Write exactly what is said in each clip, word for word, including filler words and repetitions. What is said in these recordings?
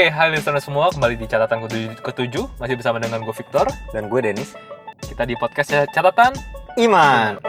Oke, hai listener semua, kembali di catatan ketujuh, masih bersama dengan gue Victor dan gue Dennis. Kita di podcast catatan Iman.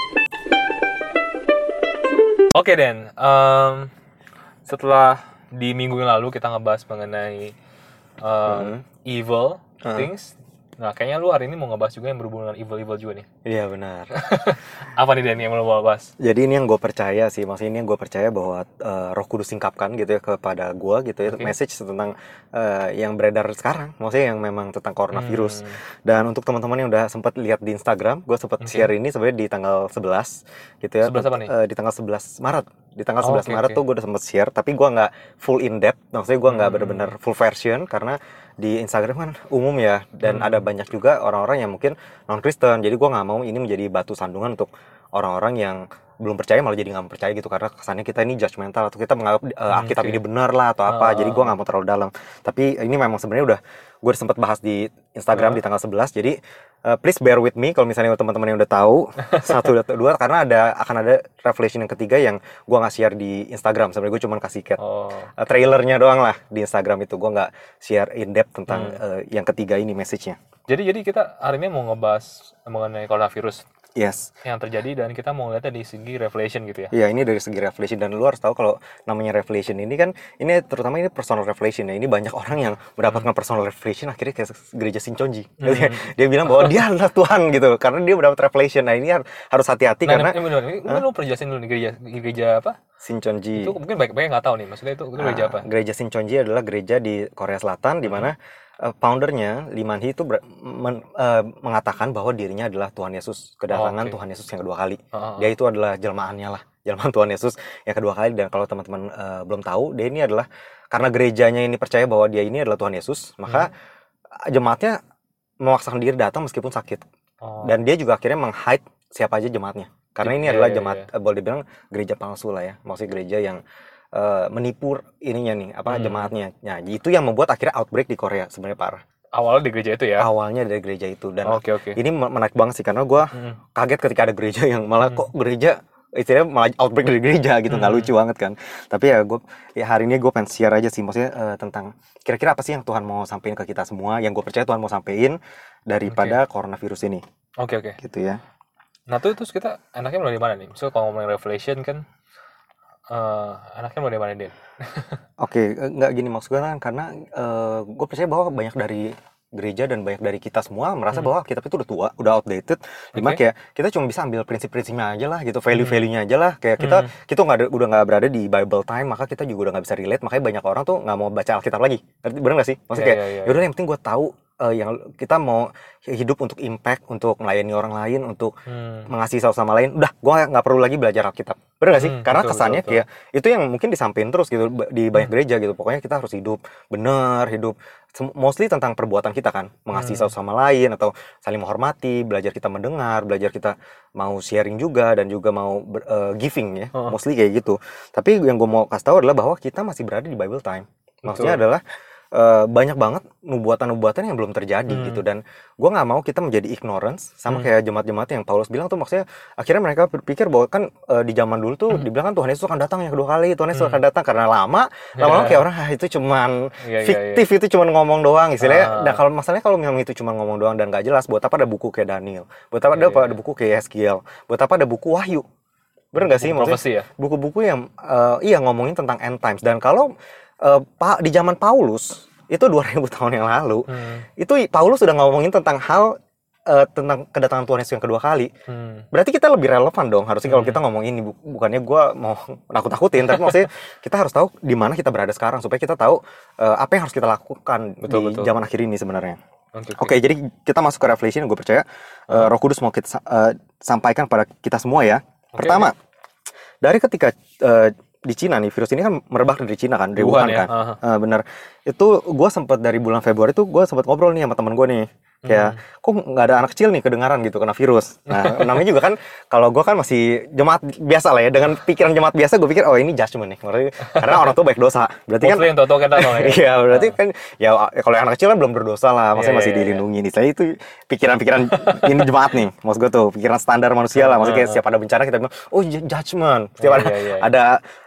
Oke Den, um, setelah di minggu yang lalu kita ngebahas mengenai um, hmm. evil hmm. things. Nah, kayaknya lu hari ini mau ngebahas juga yang berhubungan dengan evil-evil juga nih. Iya, benar. Apa nih Dan yang mau lo bahas? Jadi ini yang gue percaya sih, maksudnya ini yang gue percaya bahwa uh, Roh Kudus singkapkan gitu ya kepada gue gitu ya, okay. Message tentang uh, yang beredar sekarang, maksudnya yang memang tentang coronavirus. Hmm. Dan untuk teman-teman yang udah sempat lihat di Instagram, gue sempat okay. share ini sebenarnya di tanggal sebelas gitu ya. sebelas apa nih? Uh, di tanggal sebelas Maret. Di tanggal oh, sebelas okay, Maret okay. tuh gue udah sempat share, tapi gue nggak full in depth, maksudnya gue nggak hmm. benar-benar full version karena di Instagram kan umum ya, dan hmm. ada banyak juga orang-orang yang mungkin non-Kristen, jadi gue nggak mau ini menjadi batu sandungan untuk orang-orang yang belum percaya malah jadi nggak percaya gitu, karena kesannya kita ini judgmental atau kita menganggap uh, Alkitab okay. ini benar lah atau apa, uh, jadi gue nggak mau terlalu dalam. Tapi ini memang sebenarnya udah gue udah sempat bahas di Instagram uh. di tanggal sebelas, jadi uh, please bear with me kalau misalnya teman-teman yang udah tahu satu atau dua, karena ada akan ada revelation yang ketiga yang gue nggak share di Instagram. Sebenarnya gue cuma kasih kayak oh. uh, trailernya doang lah di Instagram itu, gue nggak share in depth tentang hmm. uh, yang ketiga ini message-nya. Jadi jadi kita hari ini mau ngebahas mengenai coronavirus. Yes. Yang terjadi, dan kita mau lihatnya dari segi revelation gitu ya. Iya, ini dari segi revelation, dan lu harus tahu kalau namanya revelation ini kan, ini terutama ini personal revelation ya. Ini banyak orang yang mendapatkan hmm. personal revelation akhirnya kayak gereja Shincheonji. Hmm. Dia bilang bahwa dia adalah Tuhan gitu, karena dia mendapat revelation. Nah, ini harus hati-hati nah, karena. Nah, benar. Ini huh? lu perjelasin dulu nih gereja gereja apa? Shincheonji. Itu mungkin banyak-banyak nggak tahu nih. Maksudnya itu, itu gereja apa? Uh, gereja Shincheonji adalah gereja di Korea Selatan, di mana hmm. Uh, foundernya Lee Man-hee itu ber, men, uh, mengatakan bahwa dirinya adalah Tuhan Yesus, kedatangan oh, okay. Tuhan Yesus yang kedua kali. Uh-huh. Dia itu adalah jelmaannya lah, jelmaan Tuhan Yesus yang kedua kali. Dan kalau teman-teman uh, belum tahu, dia ini adalah karena gerejanya ini percaya bahwa dia ini adalah Tuhan Yesus, maka hmm. jemaatnya memaksakan diri datang meskipun sakit. Oh. Dan dia juga akhirnya meng-hide siapa aja jemaatnya. Karena ini yeah, adalah jemaat, yeah, yeah. Uh, boleh dibilang gereja palsu lah ya, maksudnya gereja yang Uh, menipu ininya nih apa hmm. jemaatnya. Nah, itu yang membuat akhirnya outbreak di Korea sebenarnya parah. Awalnya di gereja itu ya. Awalnya dari gereja itu, dan okay, okay. ini menarik banget sih karena gue hmm. kaget ketika ada gereja yang malah hmm. kok gereja istilahnya malah outbreak dari gereja gitu, nggak hmm. lucu banget kan. Tapi ya gue ya hari ini gue pengen share aja sih, maksudnya uh, tentang kira-kira apa sih yang Tuhan mau sampaikan ke kita semua, yang gue percaya Tuhan mau sampaikan daripada okay. coronavirus ini. Oke okay, oke. Okay. Gitu ya. Nah tuh terus kita enaknya mulai dari mana nih? Misalnya kalau ngomongin revelation kan. Uh, anaknya mau dari mana Den? Oke, okay, nggak gini maksud gue kan, karena uh, gue percaya bahwa banyak dari gereja dan banyak dari kita semua merasa hmm. bahwa kita itu udah tua, udah outdated. Dimana okay. kayak kita cuma bisa ambil prinsip-prinsipnya aja lah gitu, value-value-nya aja lah. Kayak kita hmm. kita nggak udah nggak berada di Bible time, maka kita juga udah nggak bisa relate. Makanya banyak orang tuh nggak mau baca Alkitab lagi. Bener nggak sih? Maksudnya yeah, kayak yeah, yeah. yaudah yang penting gue tahu. Uh, yang kita mau hidup untuk impact, untuk melayani orang lain, untuk hmm. mengasihi satu sama lain. Udah, gue nggak perlu lagi belajar Alkitab. Bener nggak sih? Hmm, Karena betul, kesannya betul, kayak betul. Itu yang mungkin disampaikan terus gitu di banyak hmm. gereja gitu. Pokoknya kita harus hidup bener, hidup mostly tentang perbuatan kita kan, mengasihi hmm. satu sama lain atau saling menghormati, belajar kita mendengar, belajar kita mau sharing juga dan juga mau uh, giving ya, oh. mostly kayak gitu. Tapi yang gue mau kasih tahu adalah bahwa kita masih berada di Bible time. Maksudnya betul. adalah Uh, banyak banget nubuatan-nubuatan yang belum terjadi hmm. gitu, dan gue nggak mau kita menjadi ignorance sama hmm. kayak jemaat-jemaat yang Paulus bilang tuh, maksudnya akhirnya mereka berpikir bahwa kan uh, di zaman dulu tuh hmm. dibilang kan Tuhan Yesus akan datang yang kedua kali, Tuhan Yesus hmm. akan datang karena lama, yeah. lama-lama kayak orang ah, itu cuman yeah, fiktif, yeah, yeah. itu cuman ngomong doang istilahnya. Uh. Nah kalau masalahnya kalau memang itu cuma ngomong doang dan nggak jelas, buat apa ada buku kayak Daniel, buat apa yeah, ada, yeah. ada buku kayak Yeskiel, buat apa ada buku Wahyu, bener nggak sih? Maksudnya ya? Buku-buku yang uh, iya ngomongin tentang end times. Dan kalau uh, pa, di zaman Paulus itu dua ribu tahun yang lalu, hmm. itu Paulus sudah ngomongin tentang hal uh, tentang kedatangan Tuhan Yesus yang kedua kali. Hmm. Berarti kita lebih relevan dong harusnya kalau hmm. kita ngomong ini. Bukannya gue mau nakut-nakutin, tapi maksudnya kita harus tahu di mana kita berada sekarang supaya kita tahu uh, apa yang harus kita lakukan betul, di betul. zaman akhir ini sebenarnya. Oke, okay, okay. okay, jadi kita masuk ke Revelation. Gue percaya uh, Roh Kudus mau kita uh, sampaikan pada kita semua ya. Okay, Pertama, okay. dari ketika uh, di Cina nih, virus ini kan merebak dari Cina kan, dari Wuhan, Wuhan ya? kan, uh-huh. uh, bener. Itu gue sempat dari bulan Februari tuh gue sempat ngobrol nih sama teman gue nih, kayak hmm. kok nggak ada anak kecil nih kedengaran gitu kena virus. Nah namanya juga kan, kalau gue kan masih jemaat biasa lah ya, dengan pikiran jemaat biasa gue pikir oh ini judgment nih, karena orang tua baik dosa. Berarti kan, yang tua-tua kita ya. Iya berarti kan, ya kalau anak kecil kan belum berdosa lah, maksudnya yeah, masih yeah, dilindungi nih. Saya itu pikiran-pikiran ini jemaat nih, maksud gue tuh pikiran standar manusia lah, maksudnya kayak setiap ada bencana kita bilang oh judgment, setiap yeah, ada yeah, yeah. ada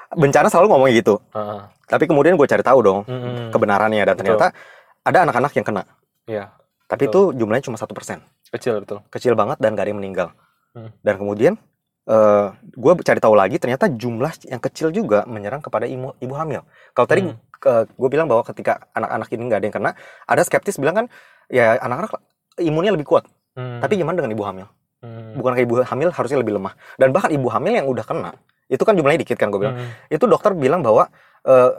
bencana selalu ngomong gitu. Uh-huh. Tapi kemudian gue cari tahu dong mm-hmm. kebenarannya dan ternyata betul. Ada anak-anak yang kena. Iya. Tapi betul. Itu jumlahnya cuma satu persen. Kecil betul. Kecil banget dan gak ada yang meninggal. Hmm. Dan kemudian uh, gue cari tahu lagi ternyata jumlah yang kecil juga menyerang kepada ibu, ibu hamil. Kalau tadi hmm. uh, gue bilang bahwa ketika anak-anak ini nggak ada yang kena, ada skeptis bilang kan ya anak-anak imunnya lebih kuat. Hmm. Tapi gimana dengan ibu hamil? Hmm. Bukan kayak ibu hamil harusnya lebih lemah. Dan bahkan ibu hamil yang udah kena, itu kan jumlahnya dikit kan gue bilang. Hmm. Itu dokter bilang bahwa uh,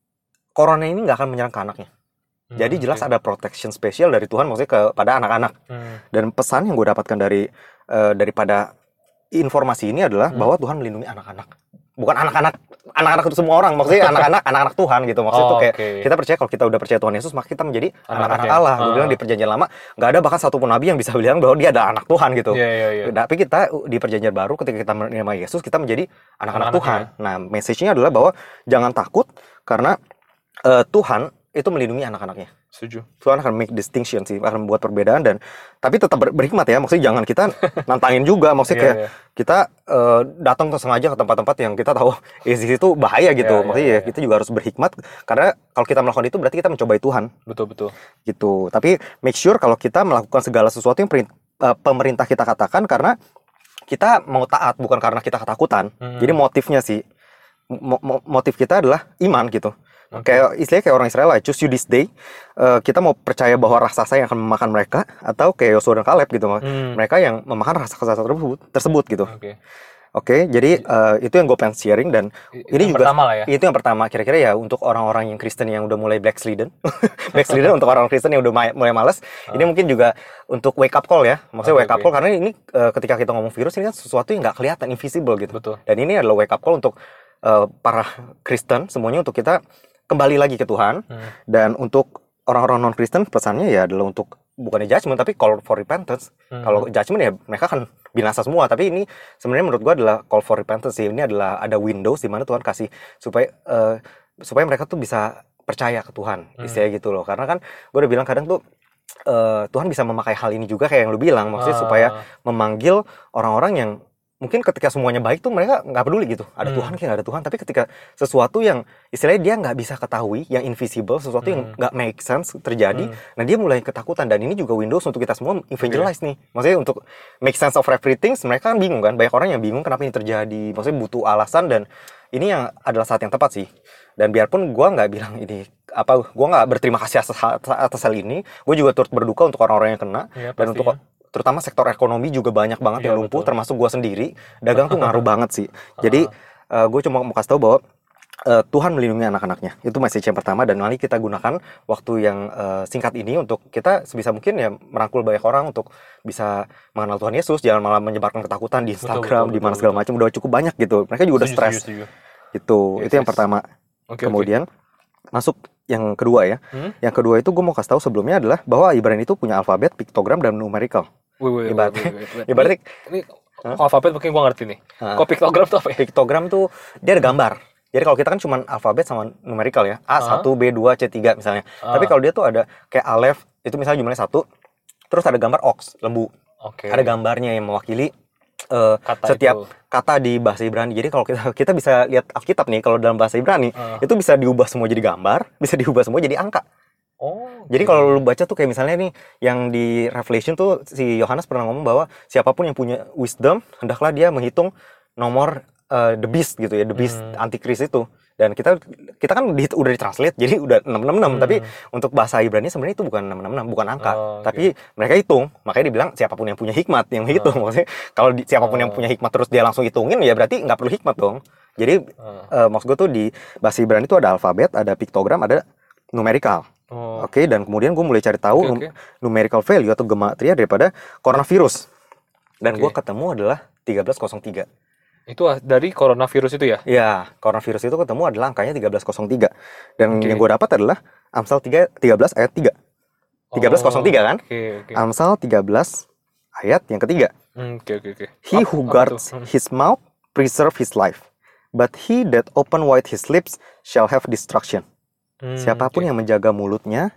corona ini nggak akan menyerang ke anaknya. Hmm, Jadi jelas okay. ada protection spesial dari Tuhan maksudnya kepada anak-anak. Hmm. Dan pesan yang gue dapatkan dari uh, daripada informasi ini adalah hmm. bahwa Tuhan melindungi anak-anak. Bukan anak-anak, anak-anak itu semua orang, maksudnya anak-anak, anak-anak Tuhan gitu. Maksudnya oh, itu kayak okay. kita percaya kalau kita udah percaya Tuhan Yesus, maka kita menjadi anak-anak Allah. Gue bilang di perjanjian lama nggak ada bahkan satupun nabi yang bisa bilang bahwa dia ada anak Tuhan gitu. Yeah, yeah, yeah. Tapi kita di perjanjian baru ketika kita menerima Yesus, kita menjadi anak-anak Tuhan. Ya. Nah, message-nya adalah bahwa jangan takut karena uh, Tuhan itu melindungi anak-anaknya. Setuju. Tuhan akan make distinction sih, akan membuat perbedaan dan tapi tetap ber- berhikmat ya. Maksudnya jangan kita nantangin juga. Maksudnya kayak yeah, yeah. kita uh, datang sengaja ke tempat-tempat yang kita tahu di situ bahaya gitu. Yeah, Maksudnya yeah, yeah. ya kita juga harus berhikmat karena kalau kita melakukan itu berarti kita mencobai Tuhan. Betul betul. Gitu. Tapi make sure kalau kita melakukan segala sesuatu yang perint- uh, pemerintah kita katakan karena kita mau taat bukan karena kita ketakutan. Hmm. Jadi motifnya sih mo- mo- motif kita adalah iman gitu. Okay. Kayak istilahnya kayak orang Israel lah, choose you this day. Uh, kita mau percaya bahwa raksasa yang akan memakan mereka atau kayak Yosua dan Kaleb gitu, hmm. mereka yang memakan raksasa tersebut, tersebut gitu. Oke, okay. okay, jadi uh, itu yang gue pengen sharing dan itu ini yang juga pertama lah ya. Itu yang pertama kira-kira ya untuk orang-orang yang Kristen yang udah mulai backslidden, backslidden untuk orang Kristen yang udah mulai malas. Uh. Ini mungkin juga untuk wake up call ya, maksudnya okay, wake up okay. call karena ini uh, ketika kita ngomong virus ini kan sesuatu yang nggak kelihatan, invisible gitu. Betul. Dan ini adalah wake up call untuk uh, para Kristen semuanya untuk kita kembali lagi ke Tuhan hmm. dan untuk orang-orang non-Kristen pesannya ya adalah untuk bukannya judgment tapi call for repentance. Hmm. Kalau judgment ya mereka kan binasa semua, tapi ini sebenarnya menurut gua adalah call for repentance sih. Ini adalah ada windows di mana Tuhan kasih supaya uh, supaya mereka tuh bisa percaya ke Tuhan. Hmm. Istilahnya gitu loh. Karena kan gua udah bilang kadang tuh uh, Tuhan bisa memakai hal ini juga kayak yang lu bilang, maksudnya ah. supaya memanggil orang-orang yang mungkin ketika semuanya baik tuh mereka nggak peduli gitu. Ada hmm. Tuhan kayak nggak ada Tuhan. Tapi ketika sesuatu yang istilahnya dia nggak bisa ketahui, yang invisible, sesuatu hmm. yang nggak make sense terjadi, hmm. nah dia mulai ketakutan. Dan ini juga windows untuk kita semua evangelize yeah. nih. Maksudnya untuk make sense of everything, mereka kan bingung kan. Banyak orang yang bingung kenapa ini terjadi. Maksudnya butuh alasan dan ini yang adalah saat yang tepat sih. Dan biarpun gue nggak bilang ini apa, gue nggak berterima kasih atas, atas hal ini. Gue juga turut berduka untuk orang-orang yang kena yeah, dan untuk terutama sektor ekonomi juga banyak banget ya, yang lumpuh, betul. Termasuk gue sendiri. Dagang tuh ngaruh banget sih. Jadi uh, gue cuma mau kasih tahu bahwa uh, Tuhan melindungi anak-anaknya. Itu message yang pertama dan mari kita gunakan waktu yang uh, singkat ini untuk kita sebisa mungkin ya merangkul banyak orang untuk bisa mengenal Tuhan Yesus. Jangan malah menyebarkan ketakutan di Instagram, betul, betul, di mana segala macam. Udah cukup banyak gitu. Mereka juga udah stres. Gitu. Yes, itu yes. yang pertama. Okay, kemudian okay. masuk yang kedua ya. Hmm? Yang kedua itu gue mau kasih tahu sebelumnya adalah bahwa Ibrani itu punya alfabet, piktogram, dan numerical. Wih, wih, ibaratnya, wih, wih, wih. ibaratnya ini, ini huh? alfabet mungkin gue ngerti nih. Huh? Kok piktogram tuh apa ya? Piktogram tuh dia ada gambar. Jadi kalau kita kan cuma alfabet sama numerical ya, A satu, B dua, C tiga misalnya. Uh. Tapi kalau dia tuh ada kayak Aleph, itu misalnya jumlahnya satu, terus ada gambar ox, lembu. Okay. Ada gambarnya yang mewakili uh, kata setiap itu. Kata di bahasa Ibrani. Jadi kalau kita kita bisa lihat Alkitab nih, kalau dalam bahasa Ibrani, uh. itu bisa diubah semua jadi gambar, bisa diubah semua jadi angka. Oh, jadi okay. kalau lu baca tuh kayak misalnya nih yang di Revelation tuh si Yohanes pernah ngomong bahwa siapapun yang punya wisdom hendaklah dia menghitung nomor uh, the beast gitu ya, the beast hmm. antikris itu. Dan kita kita kan di, udah ditranslate jadi udah enam enam enam hmm. tapi untuk bahasa Ibrani sebenarnya itu bukan enam enam enam, bukan angka. Oh, okay. Tapi mereka hitung. Makanya dibilang siapapun yang punya hikmat yang hitung. Oh. Maksudnya kalau di, siapapun oh. yang punya hikmat terus dia langsung hitungin ya berarti nggak perlu hikmat dong. Jadi oh. uh, maksud gue tuh di bahasa Ibrani itu ada alfabet, ada piktogram, ada numerical. Oh. Oke, okay, dan kemudian gue mulai cari tahu okay, okay. numerical value atau gematria daripada coronavirus. Dan okay. gue ketemu adalah tiga belas nol tiga. Itu dari coronavirus itu ya? Iya, coronavirus itu ketemu adalah angkanya tiga belas nol tiga. Dan okay. yang gue dapat adalah Amsal tiga, tiga belas ayat tiga. tiga belas nol tiga kan? Okay, okay. Amsal tiga belas ayat yang ketiga. Oke, okay, oke, okay, oke. Okay. He who guards his mouth preserve his life. But he that open wide his lips shall have destruction. Hmm, siapapun okay. yang menjaga mulutnya,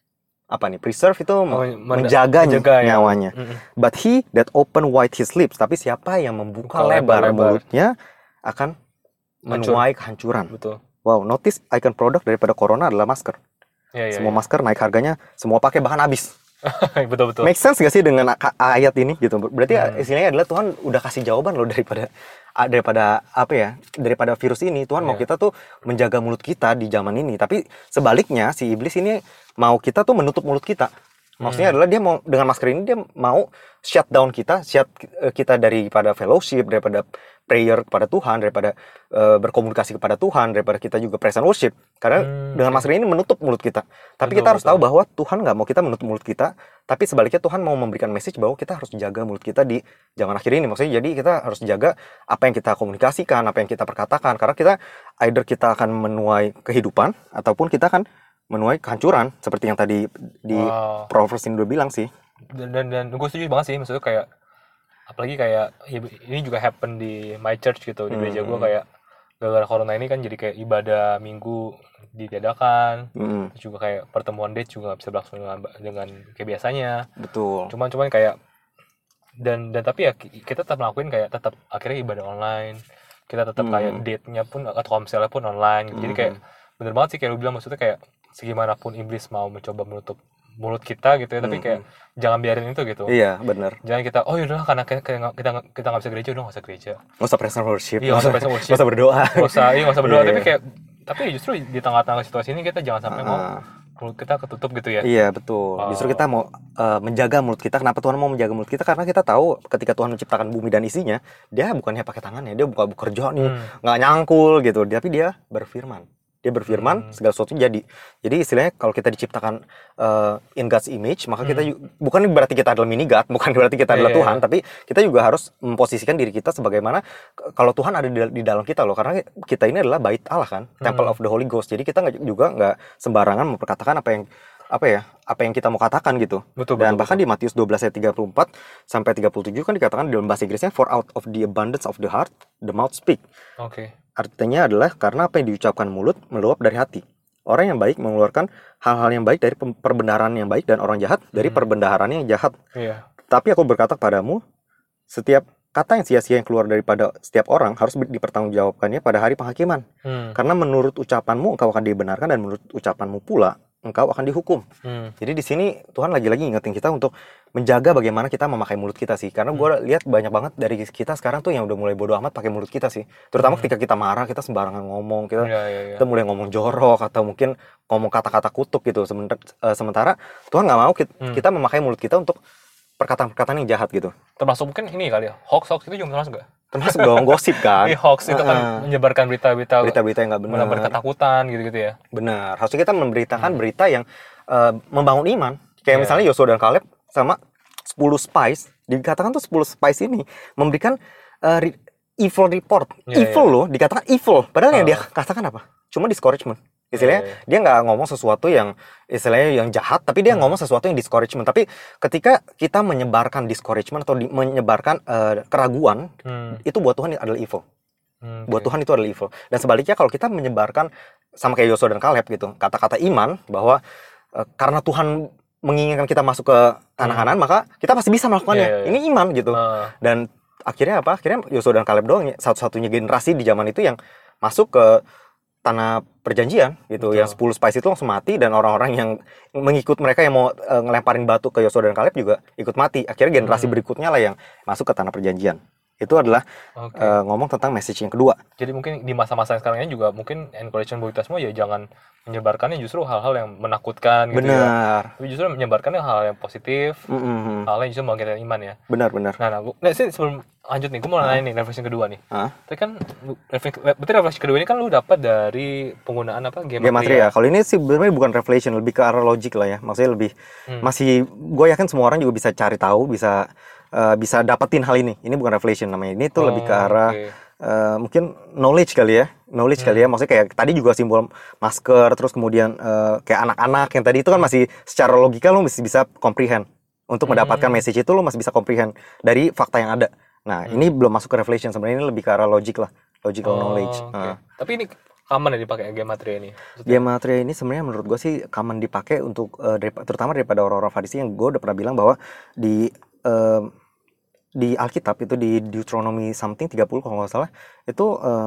apa nih, preserve itu oh, menjaga, menjaga nyawanya. Ya. But he that open wide his lips, tapi siapa yang membuka lebar, lebar mulutnya akan menuai kehancuran. Betul. Wow, notice icon produk daripada corona adalah masker. Ya, ya, semua ya. Masker naik harganya, semua pakai bahkan habis. Betul betul. Make sense gak sih dengan ayat ini gitu? Berarti hmm. istilahnya adalah Tuhan udah kasih jawaban loh daripada daripada apa ya? Daripada virus ini, Tuhan yeah. mau kita tuh menjaga mulut kita di zaman ini. Tapi sebaliknya si iblis ini mau kita tuh menutup mulut kita. Maksudnya hmm. adalah dia mau dengan masker ini dia mau shut down kita, shut kita daripada fellowship, daripada prayer kepada Tuhan, daripada uh, berkomunikasi kepada Tuhan, daripada kita juga present worship. Karena hmm. dengan masker ini menutup mulut kita. Tapi betul, kita harus betul. tahu bahwa Tuhan nggak mau kita menutup mulut kita, tapi sebaliknya Tuhan mau memberikan message bahwa kita harus jaga mulut kita di zaman akhir ini. Maksudnya jadi kita harus jaga apa yang kita komunikasikan, apa yang kita perkatakan. Karena kita either kita akan menuai kehidupan ataupun kita akan menuai kehancuran seperti yang tadi di wow. Proverbs ini udah bilang sih. Dan dan, dan gue setuju banget sih, maksudnya kayak apalagi kayak ini juga happen di my church gitu, di gereja hmm. gue kayak gara-gara corona ini kan jadi kayak ibadah minggu ditiadakan, hmm. terus juga kayak pertemuan date juga nggak bisa berlangsung dengan, dengan kayak biasanya. Betul. Cuman cuman kayak dan dan tapi ya kita tetap ngelakuin kayak tetap akhirnya ibadah online, kita tetap hmm. kayak date-nya pun atau komselnya pun online gitu. Hmm. Jadi kayak bener banget sih kayak lu bilang, maksudnya kayak segimanapun iblis mau mencoba menutup mulut kita gitu ya, tapi kayak mm-hmm. jangan biarin itu gitu. Iya, benar. Jangan kita, oh yaudahlah karena kita kita kita nggak bisa gereja, udah nggak usah gereja. Nggak usah present worship. Iya, nggak usah present worship. Nggak usah berdoa. Nggak usah, iya nggak usah berdoa. Tapi kayak, tapi justru di tengah-tengah situasi ini kita jangan sampai uh, mau mulut kita ketutup gitu ya. Iya betul. Oh. Justru kita mau uh, menjaga mulut kita. Kenapa Tuhan mau menjaga mulut kita? Karena kita tahu ketika Tuhan menciptakan bumi dan isinya, Dia bukannya pakai tangannya, Dia bukan bekerja nih, hmm. nggak nyangkul gitu. Tapi Dia berfirman. Dia berfirman, hmm. segala sesuatu jadi. Jadi istilahnya kalau kita diciptakan uh, in God's image, maka hmm. kita bukan berarti kita adalah mini God, bukan berarti kita adalah yeah, Tuhan, yeah. tapi kita juga harus memposisikan diri kita sebagaimana kalau Tuhan ada di, di dalam kita loh. Karena kita ini adalah bait Allah kan, hmm. Temple of the Holy Ghost. Jadi kita gak, juga nggak sembarangan memperkatakan apa yang apa ya apa yang kita mau katakan gitu. Betul, Dan betul, bahkan betul. di Matius dua belas ayat tiga puluh empat sampai tiga puluh tujuh kan dikatakan dalam bahasa Inggrisnya, for out of the abundance of the heart the mouth speak. Oke. Okay. Artinya adalah karena apa yang diucapkan mulut meluap dari hati. Orang yang baik mengeluarkan hal-hal yang baik dari perbendaharaan yang baik, dan orang jahat dari hmm. perbendaharaan yang jahat. Iya. Tapi aku berkata kepadamu, setiap kata yang sia-sia yang keluar daripada setiap orang harus dipertanggungjawabkannya pada hari penghakiman. Hmm. Karena menurut ucapanmu engkau akan dibenarkan, dan menurut ucapanmu pula engkau akan dihukum. Hmm. Jadi di sini Tuhan lagi-lagi ingetin kita untuk menjaga bagaimana kita memakai mulut kita sih. Karena gue hmm. lihat banyak banget dari kita sekarang tuh yang udah mulai bodo amat pakai mulut kita sih. Terutama hmm. ketika kita marah, kita sembarangan ngomong, kita ya, ya, ya. kita mulai ngomong jorok atau mungkin ngomong kata-kata kutuk gitu. Sementara, uh, sementara Tuhan nggak mau kita, hmm. kita memakai mulut kita untuk perkataan-perkataan yang jahat gitu. Termasuk mungkin ini kali ya, hoax-hoax itu juga termasuk nggak? Termasuk dong, gosip kan. Ini hoax itu kan uh-uh. menyebarkan berita-berita berita-berita yang nggak benar, menyebar ketakutan gitu-gitu ya. Benar. Harusnya kita memberitakan hmm. berita yang uh, membangun iman. Kayak yeah. misalnya Yosua dan Kaleb sama sepuluh spies, dikatakan tuh sepuluh spies ini memberikan uh, re- evil report. Yeah, evil yeah. loh, dikatakan evil. Padahal uh. yang dia katakan apa? Cuma discouragement. Istilahnya yeah, yeah. dia nggak ngomong sesuatu yang istilahnya yang jahat, tapi dia hmm. ngomong sesuatu yang discouragement. Tapi ketika kita menyebarkan discouragement atau di, menyebarkan uh, keraguan, hmm. itu buat Tuhan adalah evil. Hmm, okay. Buat Tuhan itu adalah evil. Dan sebaliknya kalau kita menyebarkan sama kayak Yosua dan Kaleb gitu, kata-kata iman bahwa uh, karena Tuhan menginginkan kita masuk ke tanah Kanan, hmm. maka kita pasti bisa melakukannya. Yeah, yeah, yeah. Ini iman gitu. Uh. Dan akhirnya apa? Akhirnya Yosua dan Kaleb doang satu-satunya generasi di zaman itu yang masuk ke tanah perjanjian gitu. Betul. Yang sepuluh spies itu langsung mati, dan orang-orang yang mengikut mereka yang mau uh, ngelemparin batu ke Yosua dan Kaleb juga ikut mati. Akhirnya generasi hmm. berikutnya lah yang masuk ke tanah perjanjian. Itu adalah okay. uh, ngomong tentang message yang kedua. Jadi mungkin di masa-masa yang sekarang ini juga mungkin encouragement buat kita semua ya jangan menyebarkannya justru hal-hal yang menakutkan gitu. Benar. Ya. Tapi justru menyebarkannya hal-hal yang positif, mm-hmm. hal-hal yang justru membangkitkan iman ya. Benar-benar. Nah, nah, gua, nah sih sebelum lanjut nih, gue mau nanya nih reflection kedua nih. Huh? Tapi kan berarti reflection kedua ini kan lu dapat dari penggunaan apa? Gematria. Kalau ini sih sebenarnya bukan reflection, lebih ke arah logik lah ya. Maksudnya lebih hmm. masih, gue yakin semua orang juga bisa cari tahu, bisa uh, bisa dapetin hal ini. Ini bukan reflection namanya. Ini tuh oh, lebih ke arah okay. uh, mungkin knowledge kali ya. Knowledge hmm. kali ya. Maksudnya kayak tadi juga simbol masker, terus kemudian uh, kayak anak-anak yang tadi itu kan masih secara logika lu masih bisa comprehend. Untuk hmm. mendapatkan message itu lu masih bisa comprehend dari fakta yang ada. Nah, hmm. ini belum masuk ke reflection, sebenarnya ini lebih ke arah logik lah, logical oh, knowledge. Okay. Nah. Tapi ini common ya dipakai gematria ini? Maksudnya? Gematria ini sebenarnya menurut gue sih common dipakai untuk uh, dari, terutama daripada orang-orang Farisi yang gue udah pernah bilang bahwa di uh, di Alkitab itu di Deuteronomy something tiga puluh kalau nggak salah itu uh,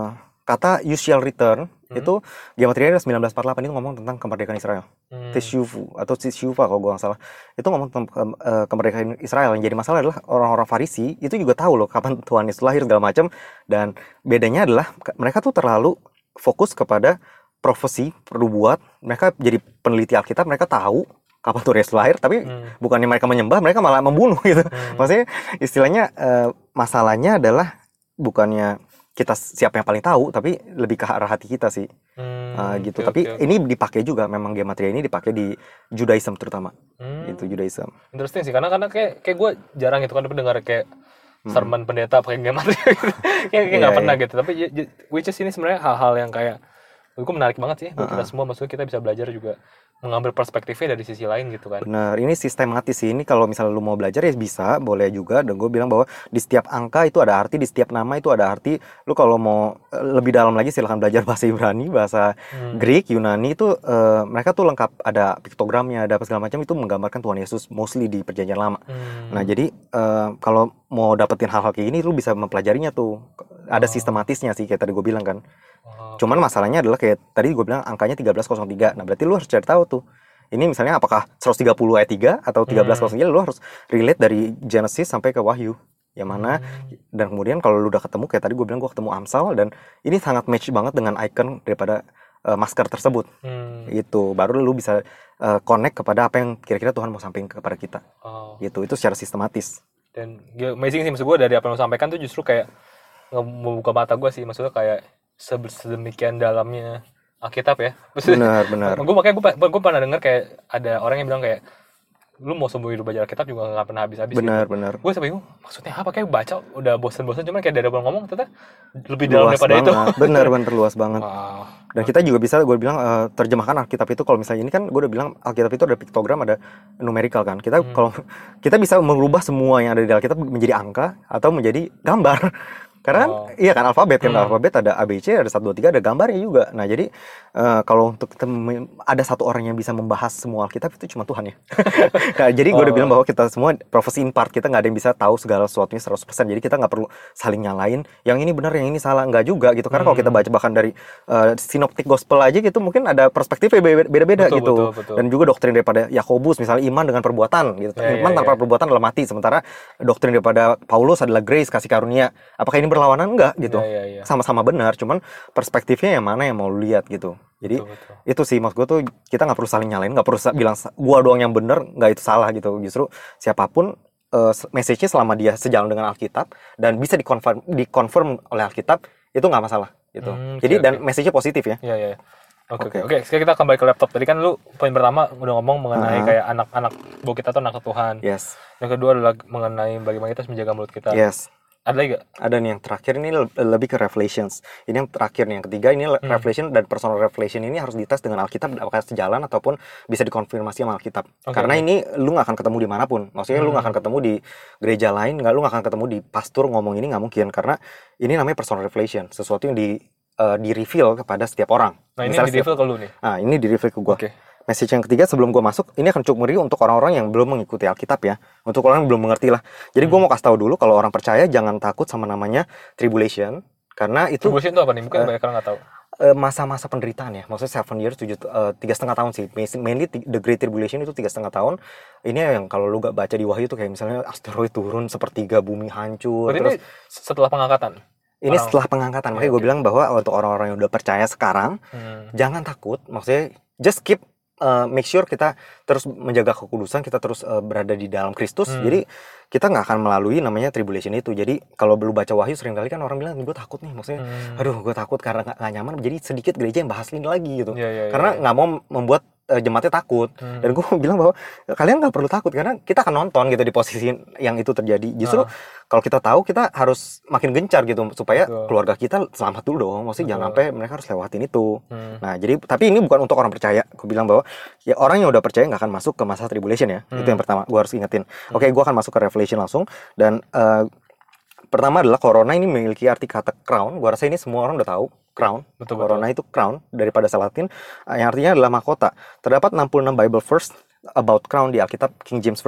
kata you shall return hmm. itu Gematria sembilan belas empat puluh delapan itu ngomong tentang kemerdekaan Israel. Hmm. Tishuvu atau Tishuva kalau gue nggak salah. Itu ngomong tentang uh, kemerdekaan Israel. Yang jadi masalah adalah orang-orang Farisi itu juga tahu loh kapan Tuhan Yesus lahir segala macam, dan bedanya adalah mereka tuh terlalu fokus kepada profesi, nubuat. Mereka jadi peneliti Alkitab, mereka tahu kapan Tuhan Yesus lahir, tapi hmm. bukannya mereka menyembah, mereka malah membunuh gitu. Hmm. Maksudnya istilahnya uh, masalahnya adalah bukannya kita siapa yang paling tahu, tapi lebih ke arah hati kita sih. Hmm, uh, gitu. Okay, tapi okay, ini dipakai juga, memang Gematria ini dipakai di Judaism terutama. Hmm. Itu Judaism. Interesting sih, karena karena kayak kayak gue jarang gitu kan dengar kayak hmm. sermon pendeta pakai Gematria gitu. kayak kayak nggak yeah, pernah yeah. gitu. Tapi which is ini sebenarnya hal-hal yang kayak itu menarik banget sih buat uh-uh. kita semua. Maksudnya kita bisa belajar juga mengambil perspektifnya dari sisi lain gitu kan. Benar, ini sistematis sih. Ini kalau misalnya lu mau belajar ya bisa, boleh juga. Dan gue bilang bahwa di setiap angka itu ada arti, di setiap nama itu ada arti. Lu kalau mau lebih dalam lagi silahkan belajar bahasa Ibrani, bahasa hmm. Greek, Yunani itu uh, mereka tuh lengkap, ada piktogramnya, ada apa segala macam, itu menggambarkan Tuhan Yesus mostly di Perjanjian Lama. Hmm. Nah jadi uh, kalau mau dapetin hal-hal kayak gini lu bisa mempelajarinya tuh. Ada oh. sistematisnya sih kayak tadi gue bilang kan. Oh, cuman masalahnya adalah kayak tadi gue bilang angkanya tiga belas nol tiga. Nah berarti lu harus cari tahu tuh. Ini misalnya apakah seratus tiga puluh ayat tiga atau tiga belas nol tiga, hmm. lu harus relate dari Genesis sampai ke Wahyu. Yang mana hmm. dan kemudian kalau lu udah ketemu kayak tadi gue bilang gue ketemu Amsal, dan ini sangat match banget dengan icon daripada uh, masker tersebut. Hmm. Itu baru lu bisa uh, connect kepada apa yang kira-kira Tuhan mau sampaikan kepada kita. Oh. Gitu. Itu secara sistematis. Dan amazing sih maksud gue dari apa yang lu sampaikan tuh justru kayak membuka mata gue sih, maksudnya kayak sedemikian dalamnya Alkitab ya. Benar, benar. Gue makanya gue gue pernah dengar kayak ada orang yang bilang kayak lu mau sembuh hidup belajar Alkitab juga nggak pernah habis-habis. Benar, gitu. benar. Gue sampai bingung maksudnya apa, kayak baca udah bosan-bosan, cuman kayak dari orang ngomong ternyata lebih dalam daripada banget. itu. Benar, benar luas banget. Wow. Dan kita juga bisa, gue bilang uh, terjemahkan Alkitab itu, kalau misalnya ini kan gue udah bilang Alkitab itu ada piktogram, ada numerical kan. Kita hmm. kalau kita bisa merubah semua yang ada di Alkitab menjadi angka atau menjadi gambar. Karena oh. iya kan alfabet kan, hmm. alfabet ada A B C, ada satu dua tiga, ada gambarnya juga. Nah, jadi uh, kalau untuk kita mem- ada satu orang yang bisa membahas semua Alkitab itu cuma Tuhan ya. Nah, jadi gue oh. udah bilang bahwa kita semua prophecy in part, kita nggak ada yang bisa tahu segala sesuatunya seratus persen. Jadi kita nggak perlu saling nyalain yang ini benar, yang ini salah, nggak juga gitu. Karena hmm. kalau kita baca bahkan dari uh, synoptic gospel aja gitu, mungkin ada perspektifnya beda-beda betul, gitu. Betul, betul. Dan juga doktrin daripada Yakobus misalnya iman dengan perbuatan gitu. Ya, iman ya, tanpa ya. perbuatan adalah mati. Sementara doktrin daripada Paulus adalah grace, kasih karunia. Apakah ini berlawanan? Enggak gitu. Ya, ya, ya. Sama-sama benar, cuman perspektifnya yang mana yang mau lu lihat gitu. Jadi betul, betul. Itu sih maksud gue tuh, kita nggak perlu saling nyalain, nggak perlu bilang gua doang yang benar, nggak itu salah gitu. Justru siapapun uh, message-nya selama dia sejalan dengan Alkitab dan bisa dikonfirm dikonfirm oleh Alkitab, itu nggak masalah gitu. Hmm, Jadi okay, dan okay. message-nya positif ya. Iya iya. Oke oke. Oke, sekarang kita kembali ke laptop. Tadi kan lu poin pertama udah ngomong mengenai uh-huh. kayak anak-anak bahwa kita tuh anak Tuhan. Yes. Yang kedua adalah mengenai bagaimana kita menjaga mulut kita. Yes. Ada lagi gak? Ada nih yang terakhir, ini lebih ke Revelations. Ini yang terakhir nih, yang ketiga ini hmm. Revelation, dan personal revelation ini harus dites dengan Alkitab apakah sejalan ataupun bisa dikonfirmasi sama Alkitab. Okay, Karena okay. ini lu gak akan ketemu dimanapun. Maksudnya hmm. lu gak akan ketemu di gereja lain, nggak lu gak akan ketemu di pastor ngomong ini, nggak mungkin. Karena ini namanya personal revelation, sesuatu yang di uh, di reveal kepada setiap orang. Nah, ini di reveal ke lu nih. Nah, ini di reveal ke gua. Okay. Message yang ketiga sebelum gue masuk, ini akan cukup ngeri untuk orang-orang yang belum mengikuti Alkitab ya. Untuk orang yang belum mengerti lah. Jadi hmm. gue mau kasih tahu dulu, kalau orang percaya jangan takut sama namanya tribulation. Karena itu... Tribulation itu apa nih? Mungkin uh, banyak orang nggak tahu. Uh, masa-masa penderitaan ya. Maksudnya seven years, tujuh, uh, tiga setengah tahun sih. Mainly the Great Tribulation itu tiga setengah tahun. Ini yang kalau lu gak baca di Wahyu tuh kayak misalnya asteroid turun, sepertiga bumi hancur. Berarti terus, ini setelah pengangkatan? Ini orang... setelah pengangkatan. Makanya gue bilang bahwa untuk orang-orang yang udah percaya sekarang, hmm. jangan takut. Maksudnya just keep Uh, make sure kita terus menjaga kekudusan, kita terus uh, berada di dalam Kristus. Hmm. Jadi kita nggak akan melalui namanya tribulation itu. Jadi kalau belum baca Wahyu, sering kali kan orang bilang gue takut nih, maksudnya hmm. aduh gue takut karena nggak nyaman. Jadi sedikit gereja yang bahas ini lagi gitu. Yeah, yeah, karena nggak yeah, yeah. mau membuat uh, jemaatnya takut. Hmm. Dan gue bilang bahwa kalian nggak perlu takut karena kita akan nonton gitu di posisi yang itu terjadi. Justru uh. kalau kita tahu, kita harus makin gencar gitu supaya Betul. keluarga kita selamat dulu dong. Maksudnya Betul. jangan sampai mereka harus lewatin itu. Hmm. Nah, jadi tapi ini bukan untuk orang percaya. Gue bilang bahwa ya orang yang udah percaya nggak akan masuk ke masa tribulation ya. Hmm. Itu yang pertama. Gue harus ingetin. Hmm. Oke, okay, gue akan masuk ke Revelation langsung. Dan uh, pertama adalah corona ini memiliki arti kata crown. Gue rasa ini semua orang udah tahu. Crown. Betul, corona betul. itu crown daripada bahasa Latin. Uh, yang artinya adalah mahkota. Terdapat enam puluh enam Bible verse about crown di Alkitab King James Version.